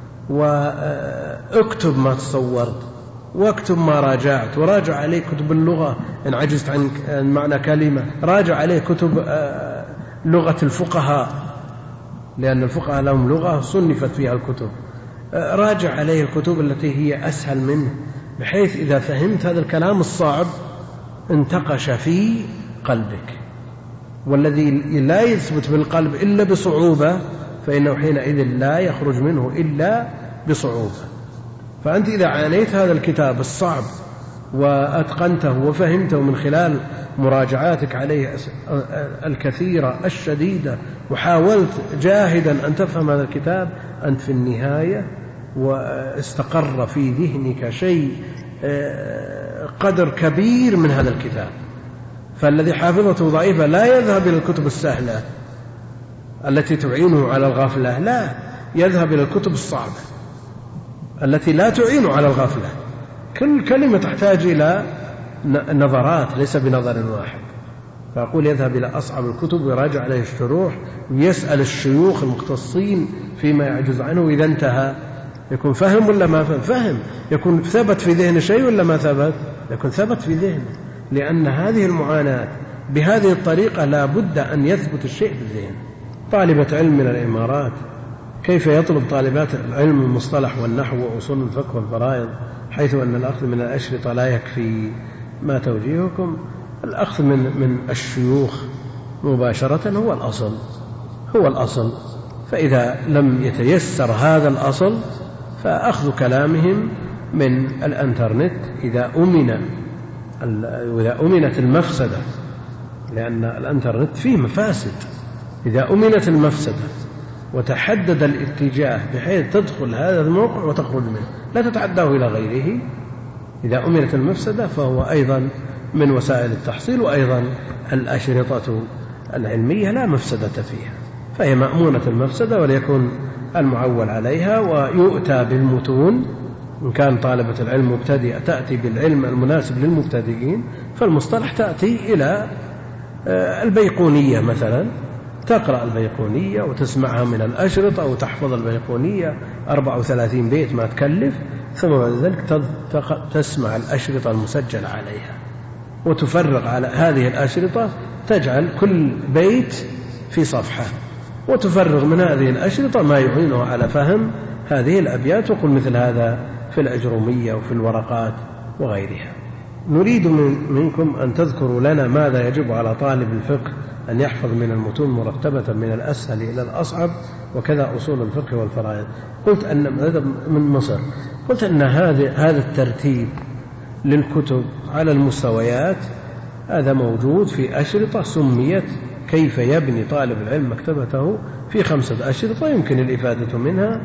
واكتب ما تصورت واكتب ما راجعت، وراجع عليه كتب اللغة إن عجزت عن معنى كلمة، راجع عليه كتب لغة الفقهاء لأن الفقهاء لهم لغة صنفت فيها الكتب، راجع عليه الكتب التي هي أسهل منه، بحيث إذا فهمت هذا الكلام الصعب انتقش في قلبك. والذي لا يثبت بالقلب إلا بصعوبة فإنه حينئذ لا يخرج منه إلا بصعوبة. فأنت إذا عانيت هذا الكتاب الصعب وأتقنته وفهمته من خلال مراجعاتك عليه الكثيرة الشديدة، وحاولت جاهدا أن تفهم هذا الكتاب، أنت في النهاية واستقر في ذهنك شيء قدر كبير من هذا الكتاب. فالذي حافظته ضعيفة لا يذهب إلى الكتب السهلة التي تعينه على الغفلة، لا، يذهب إلى الكتب الصعبة التي لا تعين على الغفلة. كل كلمة تحتاج إلى نظرات ليس بنظر واحد. فأقول يذهب إلى أصعب الكتب ويراجع عليه الشروح ويسأل الشيوخ المختصين فيما يعجز عنه، وإذا انتهى يكون فهم ولا ما فهم، يكون ثبت في ذهن شيء ولا ما ثبت، يكون ثبت في ذهنه. لأن هذه المعاناة بهذه الطريقة لا بد أن يثبت الشيء في الذهن. طالبة علم من الإمارات كيف يطلب طالبات العلم المصطلح والنحو وأصول الفقه والفرائض، حيث أن الأخذ من الأشرطة لا يكفي؟ ما توجيهكم؟ الأخذ من الشيوخ مباشرة هو الأصل. فإذا لم يتيسر هذا الأصل فأخذ كلامهم من الانترنت إذا أمنت المفسدة، لأن الانترنت فيه مفاسد. إذا أمنت المفسدة وتحدد الاتجاه بحيث تدخل هذا الموقع وتخرج منه لا تتعداه إلى غيره، إذا أمنت المفسدة فهو أيضا من وسائل التحصيل، وأيضا الأشرطة العلمية لا مفسدة فيها، فهي مأمونة المفسدة وليكون المعول عليها، ويؤتى بالمتون. إن كان طالبة العلم مبتدئة تأتي بالعلم المناسب للمبتدئين، فالمصطلح تأتي إلى البيقونية مثلا، تقرأ البيقونية وتسمعها من الأشرطة وتحفظ البيقونية 34 بيت ما تكلف، ثم بعد ذلك تسمع الأشرطة المسجل عليها وتفرغ على هذه الأشرطة، تجعل كل بيت في صفحة وتفرغ من هذه الأشرطة ما يعينه على فهم هذه الأبيات. وقل مثل هذا في الأجرومية وفي الورقات وغيرها. نريد منكم أن تذكروا لنا ماذا يجب على طالب الفقه أن يحفظ من المتون مرتبة من الأسهل إلى الأصعب، وكذا أصول الفقه والفرائض. قلت أن من مصر، قلت أن هذا الترتيب للكتب على المستويات هذا موجود في أشرطة سميت كيف يبني طالب العلم مكتبته، في 5 أشرطة يمكن الإفادة منها،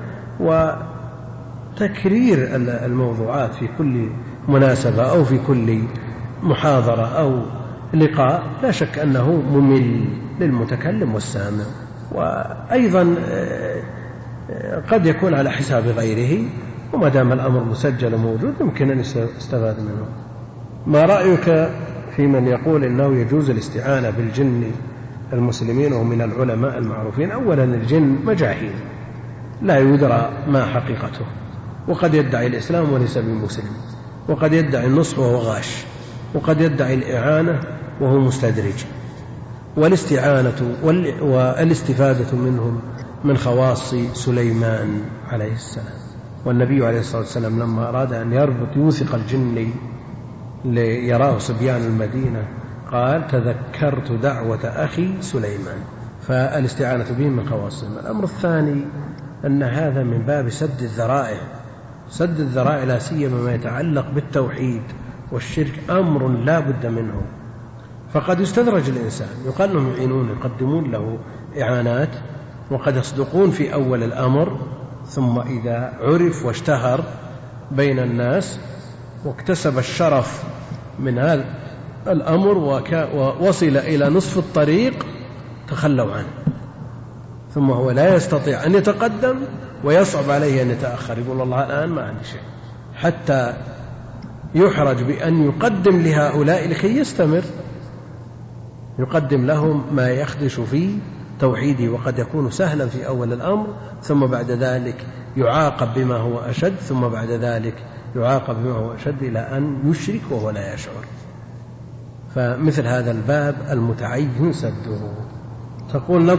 وتكرير الموضوعات في كل مناسبة أو في كل محاضرة أو لقاء لا شك أنه ممل للمتكلم والسامع، وأيضا قد يكون على حساب غيره، وما دام الأمر مسجل وموجود يمكن أن يستفاد منه. ما رأيك في من يقول إنه يجوز الاستعانة بالجن المسلمين ومن العلماء المعروفين؟ أولا الجن مجاهيل لا يدرى ما حقيقته، وقد يدعي الإسلام وليس بمسلم، وقد يدعي النصح وهو غاش، وقد يدعي الإعانة وهو مستدرج. والاستعانة والاستفادة منهم من خواص سليمان عليه السلام. والنبي عليه الصلاة والسلام لما أراد أن يوثق الجن ليراه صبيان المدينة قال: تذكرت دعوة أخي سليمان. فالاستعانة به من خواصهم. الأمر الثاني أن هذا من باب سد الذرائع. سد الذرائع لا سيما ما يتعلق بالتوحيد والشرك أمر لا بد منه، فقد يستدرج الإنسان، يقال لهم يعينون، يقدمون له إعانات، وقد يصدقون في أول الأمر، ثم إذا عرف واشتهر بين الناس واكتسب الشرف من هذا الأمر ووصل إلى نصف الطريق تخلوا عنه، ثم هو لا يستطيع أن يتقدم ويصعب عليه أن يتأخر، يقول الله الآن ما عندي شيء، حتى يحرج بأن يقدم لهؤلاء لكي يستمر، يقدم لهم ما يخدش في توحيده، وقد يكون سهلا في أول الأمر، ثم بعد ذلك يعاقب بما هو أشد، ثم بعد ذلك يعاقب بما هو أشد إلى أن يشرك وهو لا يشعر. فمثل هذا الباب المتعين سده. تقول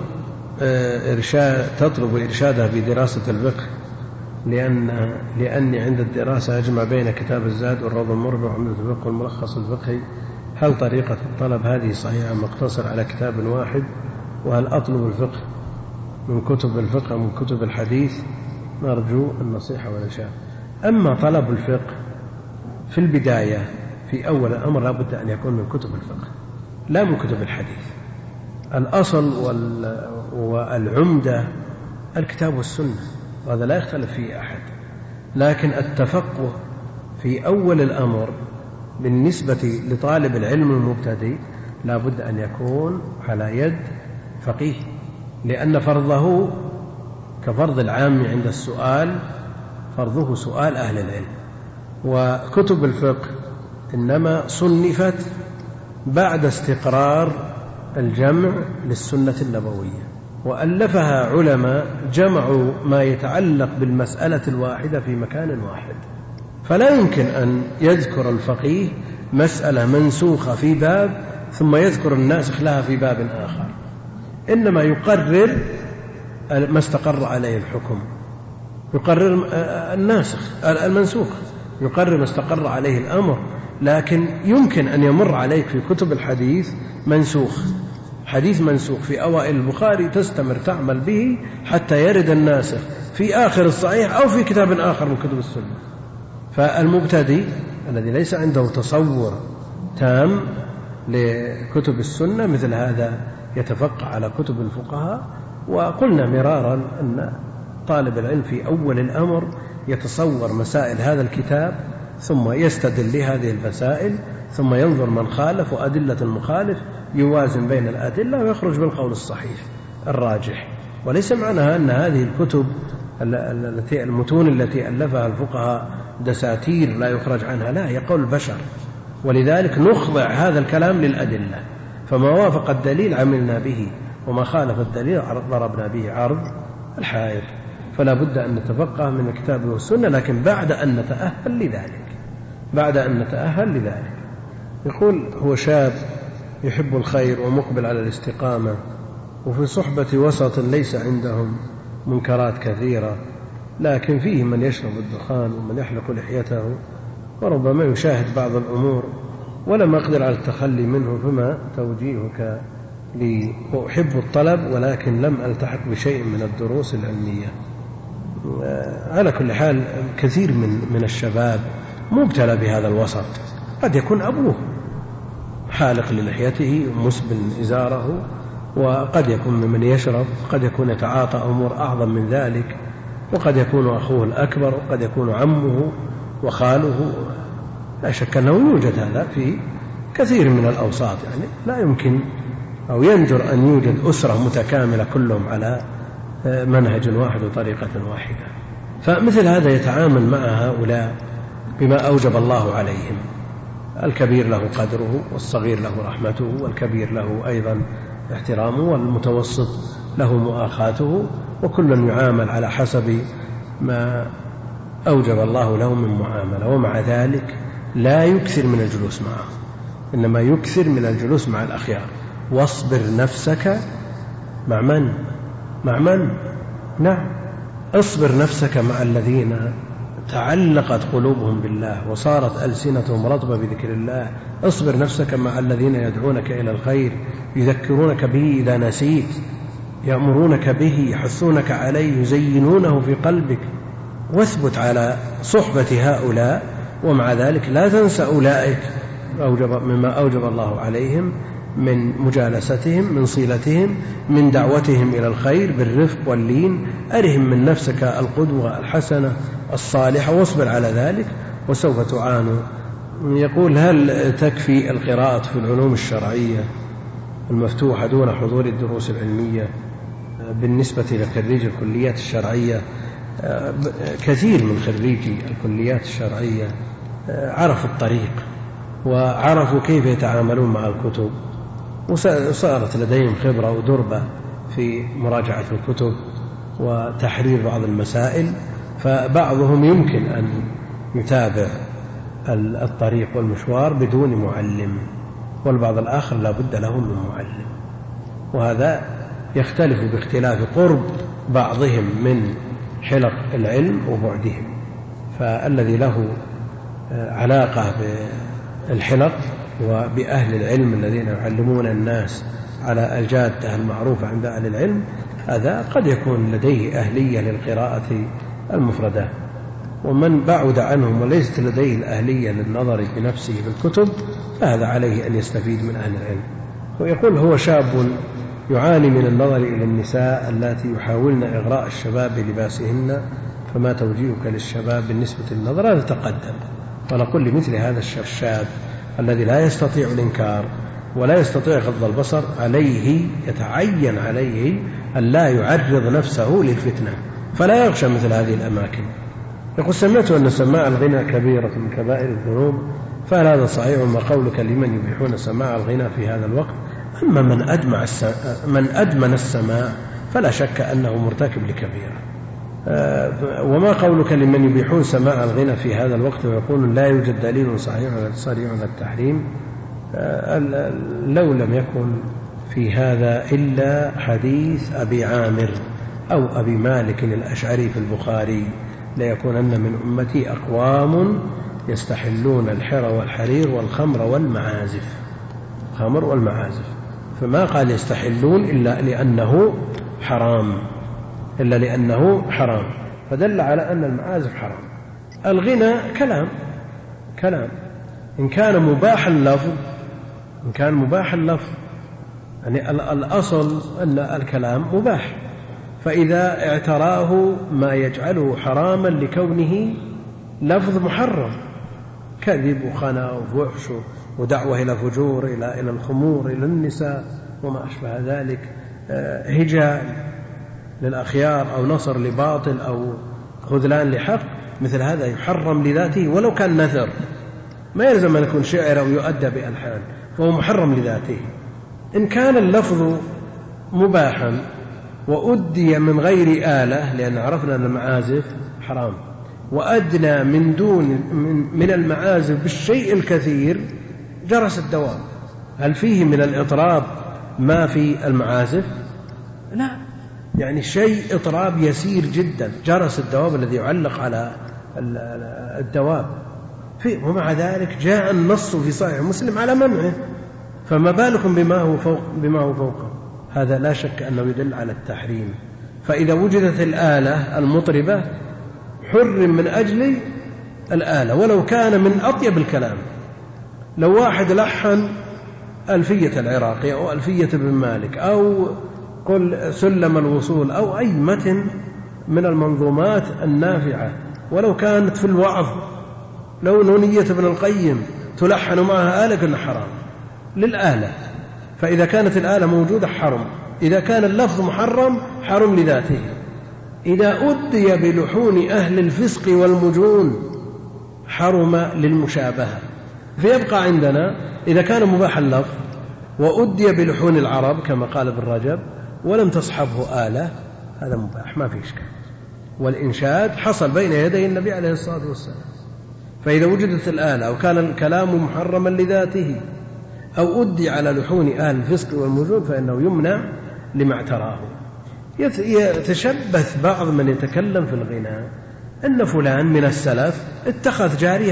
تطلب إرشادها في دراسة الفقه لأني عند الدراسة أجمع بين كتاب الزاد والروض المربع وعمدة الفقه والملخص الفقهي. هل طريقة الطلب هذه صحيحة مقتصر على كتاب واحد؟ وهل أطلب الفقه من كتب الفقه أو من كتب الحديث؟ نرجو النصيحة والإرشاد. أما طلب الفقه في البداية في أول الأمر لا بد أن يكون من كتب الفقه لا من كتب الحديث. الأصل والعمدة الكتاب والسنة، وهذا لا يختلف فيه أحد، لكن التفقه في أول الأمر بالنسبة لطالب العلم المبتدئ لا بد أن يكون على يد فقيه، لأن فرضه كفرض العام عند السؤال، فرضه سؤال أهل العلم. وكتب الفقه إنما صنفت بعد استقرار الجمع للسنة النبوية، وألفها علماء جمعوا ما يتعلق بالمسألة الواحدة في مكان واحد، فلا يمكن أن يذكر الفقيه مسألة منسوخة في باب ثم يذكر الناسخ لها في باب آخر، إنما يقرر ما استقر عليه الحكم، يقرر الناسخ المنسوخ، يقرر ما استقر عليه الأمر. لكن يمكن أن يمر عليك في كتب الحديث منسوخ، حديث منسوخ في أوائل البخاري تستمر تعمل به حتى يرد الناسخ في آخر الصحيح أو في كتاب آخر من كتب السنة. فالمبتدئ الذي ليس عنده تصور تام لكتب السنة مثل هذا يتفقه على كتب الفقهاء. وقلنا مرارا أن طالب العلم في أول الأمر يتصور مسائل هذا الكتاب ثم يستدل لهذه المسائل، ثم ينظر من خالف وأدلة المخالف، يوازن بين الأدلة ويخرج بالقول الصحيح الراجح. وليس معناها أن هذه الكتب المتون التي ألفها الفقهاء دساتير لا يخرج عنها، لا، هي قول البشر، ولذلك نخضع هذا الكلام للأدلة، فما وافق الدليل عملنا به، وما خالف الدليل ضربنا به عرض الحائط. فلا بد أن نتفقه من الكتاب والسنة، لكن بعد أن نتأهل لذلك. يقول هو شاب يحب الخير ومقبل على الاستقامة، وفي صحبة وسط ليس عندهم منكرات كثيرة، لكن فيه من يشرب الدخان ومن يحلق لحيته، وربما يشاهد بعض الأمور ولم أقدر على التخلي منه، فما توجيهك لي؟ وأحب الطلب ولكن لم ألتحق بشيء من الدروس العلمية. على كل حال كثير من الشباب مبتلى بهذا الوسط، قد يكون أبوه حالق للحيته مسبل إزاره، وقد يكون ممن يشرب، قد يكون يتعاطى أمور أعظم من ذلك، وقد يكون أخوه الأكبر، وقد يكون عمه وخاله. لا شك أنه يوجد هذا في كثير من الأوساط، يعني لا يمكن أو يندر أن يوجد أسرة متكاملة كلهم على منهج واحد وطريقة واحدة. فمثل هذا يتعامل مع هؤلاء بما أوجب الله عليهم. الكبير له قدره، والصغير له رحمته، والكبير له أيضا احترامه، والمتوسط له مؤاخاته، وكل يعامل على حسب ما أوجب الله له من معاملة. ومع ذلك لا يكثر من الجلوس معه، إنما يكثر من الجلوس مع الأخيار. واصبر نفسك مع من؟ مع من؟ نعم، اصبر نفسك مع الذين تعلقت قلوبهم بالله وصارت ألسنتهم رطبة بذكر الله. اصبر نفسك مع الذين يدعونك إلى الخير، يذكرونك به إذا نسيت، يأمرونك به، يحثونك عليه، يزينونه في قلبك. واثبت على صحبة هؤلاء، ومع ذلك لا تنسى أولئك مما أوجب الله عليهم من مجالستهم، من صلتهم، من دعوتهم إلى الخير بالرفق واللين. أرهم من نفسك القدوة الحسنة الصالحة، واصبر على ذلك وسوف تعانوا. يقول: هل تكفي القراءة في العلوم الشرعية المفتوحة دون حضور الدروس العلمية بالنسبة لخريج الكليات الشرعية؟ كثير من خريجي الكليات الشرعية عرفوا الطريق وعرفوا كيف يتعاملون مع الكتب، وصارت لديهم خبرة ودربة في مراجعة الكتب وتحرير بعض المسائل. فبعضهم يمكن أن يتابع الطريق والمشوار بدون معلم، والبعض الآخر لا بد له من معلم. وهذا يختلف باختلاف قرب بعضهم من حلق العلم وبعدهم. فالذي له علاقة بالحلق وبأهل العلم الذين يعلمون الناس على الجادة المعروفة عند أهل العلم، هذا قد يكون لديه أهلية للقراءة المفردات. ومن بعد عنهم وليست لديه الأهلية للنظر بنفسه بالكتب، فهذا عليه أن يستفيد من أهل العلم. ويقول: هو شاب يعاني من النظر إلى النساء اللاتي يحاولن إغراء الشباب بلباسهن، فما توجيهك للشباب بالنسبة للنظر؟ هذا تقدم. ونقول لمثل هذا الشاب الذي لا يستطيع الإنكار ولا يستطيع غض البصر، يتعين عليه أن لا يعرض نفسه للفتنة، فلا يغشى مثل هذه الأماكن. يقول: سمعت أن سماع الغنى كبيرة من كبائر الذنوب، فهل هذا صحيح؟ وما قولك لمن يبيحون سماع الغنى في هذا الوقت؟ أما من أدمن السماع فلا شك أنه مرتكب لكبيرة. وما قولك لمن يبيحون سماع الغنى في هذا الوقت ويقولون لا يوجد دليل صحيح على التحريم؟ لو لم يكن في هذا إلا حديث أبي عامر أو أبي مالك الأشعري في البخاري: ليكونن من أمتي أقوام يستحلون الحر والحرير والخمر والمعازف. خمر والمعازف، فما قال يستحلون إلا لأنه حرام، فدل على أن المعازف حرام. الغنى كلام إن كان مباح اللفظ، يعني الأصل أن الكلام مباح، فإذا اعتراه ما يجعله حراما لكونه لفظ محرم، كذب وخنا وفحش ودعوة إلى فجور، إلى الخمور، إلى النساء وما أشبه ذلك، هجاء للأخيار أو نصر لباطل أو خذلان لحق، مثل هذا يحرم لذاته ولو كان نثر، ما يلزم أن يكون شعر أو يؤدى بألحان، فهو محرم لذاته. إن كان اللفظ مباحا وأدي من غير آلة، لأن عرفنا أن المعازف حرام، وأدنى من المعازف بالشيء الكثير، جرس الدواب. هل فيه من الإطراب ما في المعازف؟ لا، يعني شيء إطراب يسير جدا، جرس الدواب الذي يعلق على الدواب، ومع ذلك جاء النص في صحيح مسلم على منعه، فما بالكم بما هو فوقه؟ هذا لا شك أنه يدل على التحريم. فإذا وجدت الآلة المطربة حرم من أجل الآلة، ولو كان من أطيب الكلام. لو واحد لحن ألفية العراقي أو ألفية ابن مالك أو قل سلم الوصول أو أي متن من المنظومات النافعة، ولو كانت في الوعظ، لو نونية ابن القيم تلحن معها آلة، كنا حرام. للآلة، فإذا كانت الآلة موجودة حرم. إذا كان اللفظ محرم حرم لذاته. إذا أدي بلحون أهل الفسق والمجون حرم للمشابهة. فيبقى عندنا إذا كان مباح اللفظ وأدي بلحون العرب كما قال ابن رجب ولم تصحبه آلة، هذا مباح ما في إشكال. والإنشاد حصل بين يدي النبي عليه الصلاة والسلام، فإذا وجدت الآلة أو كان الكلام محرما لذاته أو أدي على لحون أهل الفسق والمجون فإنه يمنع لما اعتراه. يتشبث بعض من يتكلم في الغناء أن فلان من السلف اتخذ جارية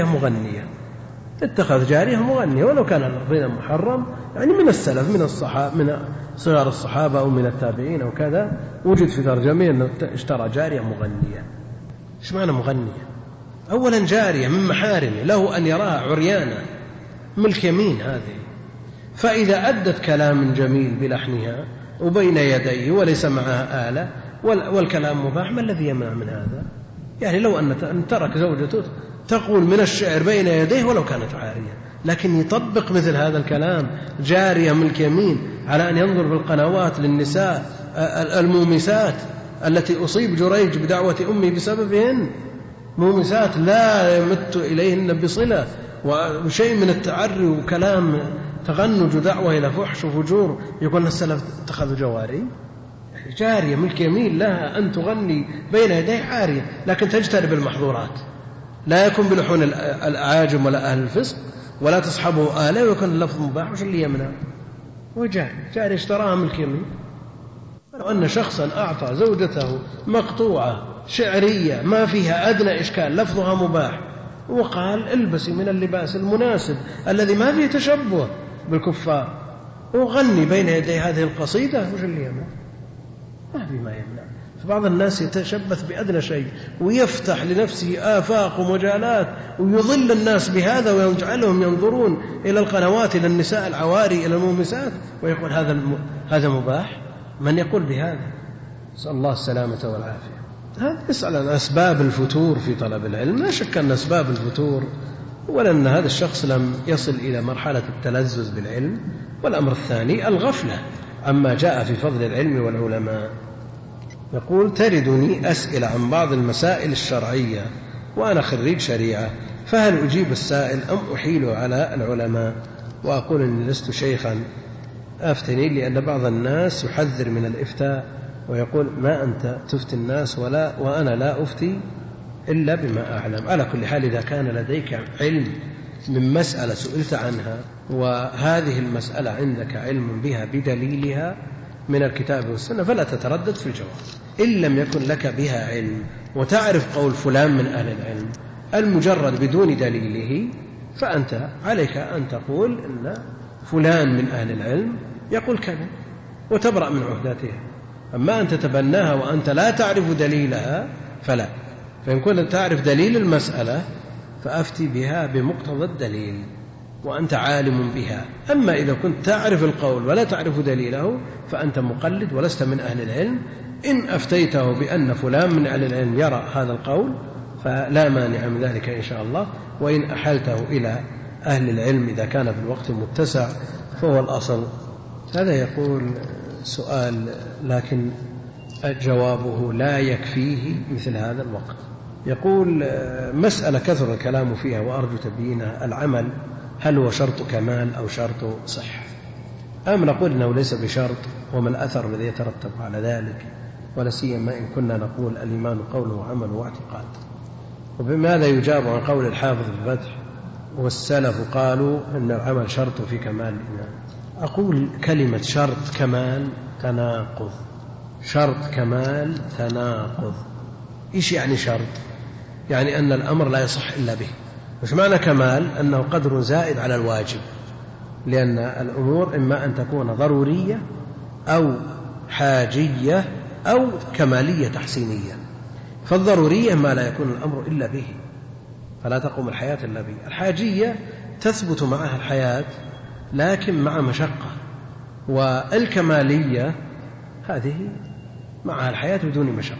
مغنية ولو كان الغناء محرم، يعني من السلف من صغار الصحابة أو من التابعين أو كذا، وجد في ترجمة أنه اشترى جارية مغنية. إيش معنى مغنية؟ أولا جارية من محارمه، له أن يراها عريانة، ملك يمين هذه. فإذا أدت كلام جميل بلحنها وبين يديه وليس معها آلة والكلام مباح، ما الذي يمنع من هذا؟ يعني لو أن ترك زوجته تقول من الشعر بين يديه ولو كانت عارية، لكن يطبق مثل هذا الكلام جارية ملك يمين على أن ينظر في القنوات للنساء المومسات التي أصيب جريج بدعوة أمي بسببهن، مومسات لا يمت إليهن بصلة وشيء من التعري وكلام تغنج دعوة إلى فحش وفجور، يقول السلف اتخذوا جواري. جارية ملك يمين لها أن تغني بين يديه عارية، لكن تجتنب المحظورات، لا يكون بلحون الأعاجم ولا أهل الفسق، ولا تصحبه آلة، ويكون اللفظ مباح. وش اللي يمنع؟ جاري اشتراها ملك يمين. لو أن شخصا أعطى زوجته مقطوعة شعرية ما فيها أدنى إشكال، لفظها مباح، وقال البسي من اللباس المناسب الذي ما فيه تشبه بالكفار وغني بين يدي هذه القصيدة، وش اللي يمنع؟ ما في ما يمنع. فبعض الناس يتشبث بأدنى شيء ويفتح لنفسه آفاق ومجالات ويضل الناس بهذا ويجعلهم ينظرون إلى القنوات، إلى النساء العواري، إلى المومسات، ويقول هذا مباح. من يقول بهذا؟ نسأل الله السلامة والعافية. هذا يسأل عن أسباب الفتور في طلب العلم. لا شك أن أسباب الفتور ولا أن هذا الشخص لم يصل إلى مرحلة التلذذ بالعلم. والأمر الثاني الغفلة عما جاء في فضل العلم والعلماء. يقول تردني أسئلة عن بعض المسائل الشرعية وأنا خريج شريعة، فهل أجيب السائل أم أحيله على العلماء وأقول أني لست شيخا أفتني؟ لأن بعض الناس يحذر من الإفتاء ويقول ما أنت تفتي الناس وأنا لا أفتي إلا بما أعلم. على كل حال إذا كان لديك علم من مسألة سئلت عنها وهذه المسألة عندك علم بها بدليلها من الكتاب والسنة فلا تتردد في الجواب. إن لم يكن لك بها علم وتعرف قول فلان من أهل العلم المجرد بدون دليله، فأنت عليك أن تقول إن فلان من أهل العلم يقول كذا وتبرأ من عهدتها. أما أن تتبناها وأنت لا تعرف دليلها فلا. فإن كنت تعرف دليل المسألة فأفتي بها بمقتضى الدليل وأنت عالم بها. أما إذا كنت تعرف القول ولا تعرف دليله فأنت مقلد ولست من أهل العلم. إن أفتيته بأن فلان من أهل العلم يرى هذا القول فلا مانع من ذلك إن شاء الله، وإن أحلته إلى أهل العلم إذا كان في الوقت متسع فهو الأصل. هذا يقول سؤال لكن جوابه لا يكفيه مثل هذا الوقت. يقول مسألة كثر الكلام فيها وأرجو تبيينها، العمل هل هو شرط كمال أو شرط صحة؟ نقول إنه ليس بشرط، وما الأثر الذي يترتب على ذلك، ولا سيما إن كنا نقول الإيمان قول وعمل واعتقاد. وبماذا يجاب عن قول الحافظ الفتح والسلف قالوا إن العمل شرط في كمال الإيمان؟ أقول كلمة شرط كمال تناقض، شرط كمال تناقض. إيش يعني شرط؟ يعني أن الأمر لا يصح إلا به. مش معنى كمال أنه قدر زائد على الواجب، لأن الأمور إما أن تكون ضرورية أو حاجية أو كمالية تحسينية. فالضرورية ما لا يكون الأمر إلا به فلا تقوم الحياة إلا به. الحاجية تثبت معها الحياة لكن مع مشقة، والكمالية هذه معها الحياة بدون مشقة.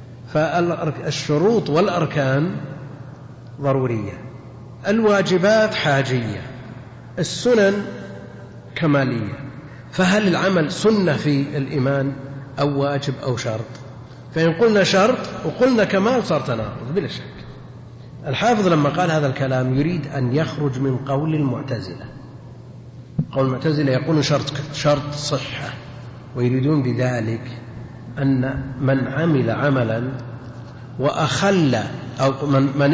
فالشروط والأركان ضرورية، الواجبات حاجية، السنن كمالية. فهل العمل سنة في الإيمان أو واجب أو شرط؟ فإن قلنا شرط وقلنا كمال صار تناقض بلا شك. الحافظ لما قال هذا الكلام يريد أن يخرج من قول المعتزلة. قول المعتزلة يقول شرط صحة، ويريدون بذلك أن من عمل عملا وأخل أو من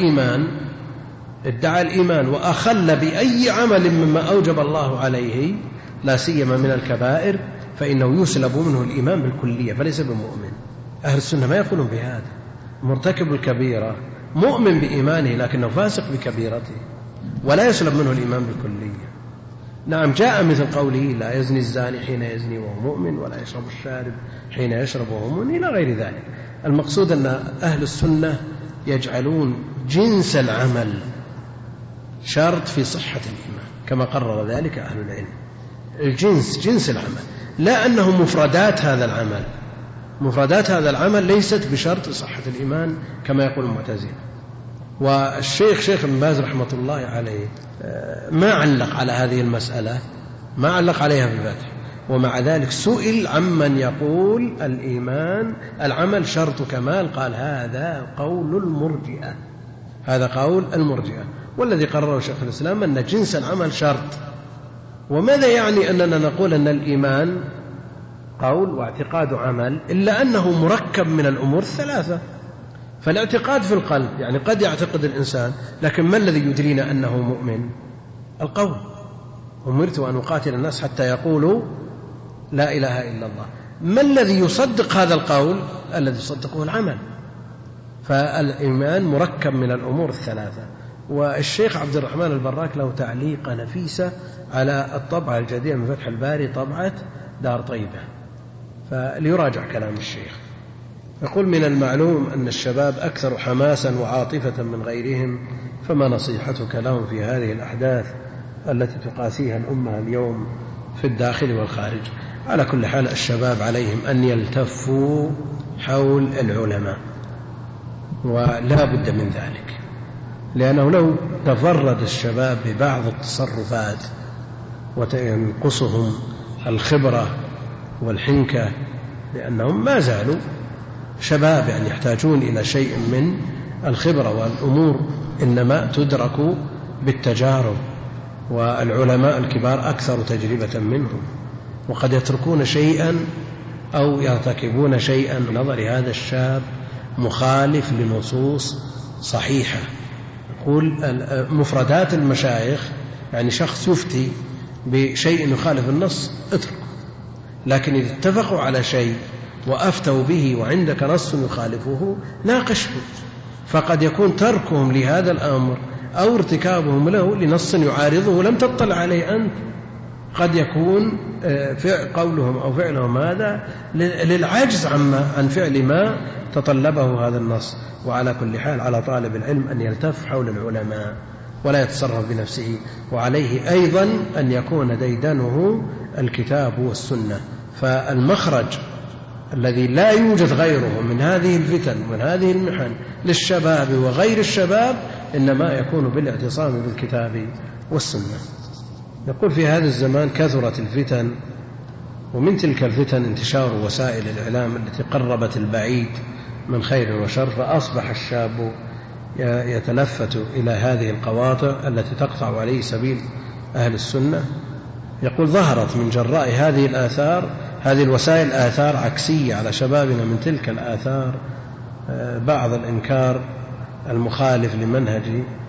ادعى الإيمان وأخل بأي عمل مما أوجب الله عليه لا سيما من الكبائر فإنه يسلب منه الإيمان بالكلية فليس بمؤمن. أهل السنة ما يقولون بهذا. مرتكب الكبيرة مؤمن بإيمانه لكنه فاسق بكبيرته ولا يسلب منه الإيمان بالكلية. نعم جاء مثل قوله لا يزني الزاني حين يزني وهو مؤمن ولا يشرب الشارب حين يشرب وهو مؤمن إلى غير ذلك. المقصود أن أهل السنة يجعلون جنس العمل شرط في صحة الإيمان كما قرر ذلك أهل العلم. جنس العمل، لا أنه مفردات هذا العمل ليست بشرط صحة الإيمان كما يقول المعتزلة. والشيخ شيخ ابن باز رحمة الله عليه ما علق على هذه المسألة، ما علق عليها بالفتح، ومع ذلك سئل عمن يقول الإيمان العمل شرط كمال قال هذا قول المرجئة، والذي قرره شيخ الإسلام أن جنس العمل شرط. وماذا يعني أننا نقول أن الإيمان قول واعتقاد عمل إلا أنه مركب من الأمور الثلاثة؟ فالاعتقاد في القلب يعني قد يعتقد الإنسان، لكن ما الذي يدرينا أنه مؤمن؟ القول. أمرت أن أقاتل الناس حتى يقولوا لا إله إلا الله. ما الذي يصدق هذا القول؟ الذي يصدقه العمل. فالإيمان مركب من الأمور الثلاثة. والشيخ عبد الرحمن البراك له تعليق نفيسة على الطبعة الجديدة من فتح الباري طبعة دار طيبة، فليراجع كلام الشيخ. يقول من المعلوم أن الشباب أكثر حماسا وعاطفة من غيرهم، فما نصيحتك لهم في هذه الأحداث التي تقاسيها الأمة اليوم في الداخل والخارج؟ على كل حال الشباب عليهم أن يلتفوا حول العلماء ولا بد من ذلك، لأنه لو تفرد الشباب ببعض التصرفات وتنقصهم الخبرة والحنكة، لأنهم ما زالوا شباب يعني يحتاجون إلى شيء من الخبرة، والأمور إنما تدرك بالتجارب، والعلماء الكبار أكثر تجربة منهم، وقد يتركون شيئا أو يرتكبون شيئا نظر هذا الشاب مخالف لنصوص صحيحة. يقول مفردات المشايخ يعني شخص يفتي بشيء يخالف النص اترك، لكن إذا اتفقوا على شيء وأفتوا به وعندك نص يخالفه ناقشه، فقد يكون تركهم لهذا الأمر أو ارتكابهم له لنص يعارضه لم تطلع عليه أنت، قد يكون قولهم أو فعلهم هذا للعجز عن فعل ما تطلبه هذا النص. وعلى كل حال على طالب العلم أن يلتف حول العلماء ولا يتصرف بنفسه، وعليه أيضا أن يكون ديدنه الكتاب والسنة. فالمخرج الذي لا يوجد غيره من هذه الفتن ومن هذه المحن للشباب وغير الشباب إنما يكون بالاعتصام بالكتاب والسنة. نقول في هذا الزمان كثرت الفتن، ومن تلك الفتن انتشار وسائل الإعلام التي قربت البعيد من خير وشر، فأصبح الشاب يتلفت إلى هذه القواطع التي تقطع عليه سبيل أهل السنة. يقول ظهرت من جراء هذه الآثار هذه الوسائل آثار عكسية على شبابنا من تلك الآثار، بعض الإنكار المخالف لمنهج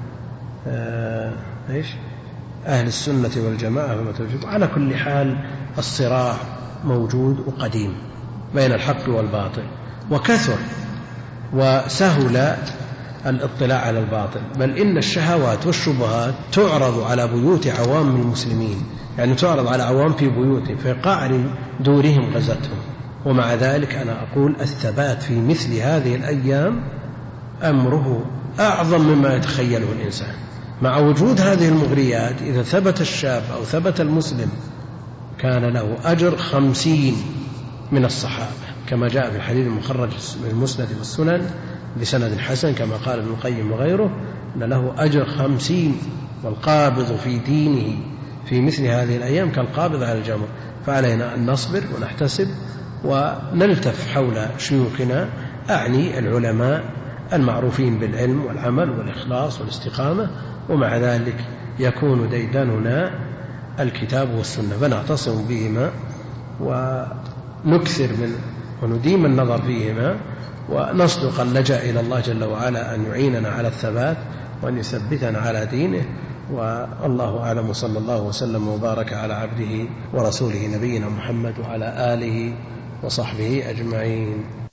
أهل السنة والجماعة فما توجد. على كل حال الصراع موجود وقديم بين الحق والباطل، وكثر وسهل الاطلاع على الباطل، بل إن الشهوات والشبهات تعرض على بيوت عوام المسلمين، يعني تعرض على عوام في بيوتهم في قعر دورهم غزتهم. ومع ذلك أنا أقول الثبات في مثل هذه الأيام أمره أعظم مما يتخيله الإنسان. مع وجود هذه المغريات إذا ثبت الشاب أو ثبت المسلم كان له أجر 50 من الصحابة، كما جاء في الحديث المخرج من المسند والسنن بسند حسن كما قال ابن القيم وغيره، أن له أجر 50. والقابض في دينه في مثل هذه الأيام كالقابض على الجمر، فعلينا أن نصبر ونحتسب ونلتف حول شيوخنا، أعني العلماء المعروفين بالعلم والعمل والإخلاص والاستقامة، ومع ذلك يكون ديدننا الكتاب والسنة، فنعتصم بهما ونكثر ونديم النظر فيهما، ونصدق اللجأ إلى الله جل وعلا أن يعيننا على الثبات وأن يثبتنا على دينه. والله أعلم، صلى الله وسلم وبارك على عبده ورسوله نبينا محمد وعلى آله وصحبه أجمعين.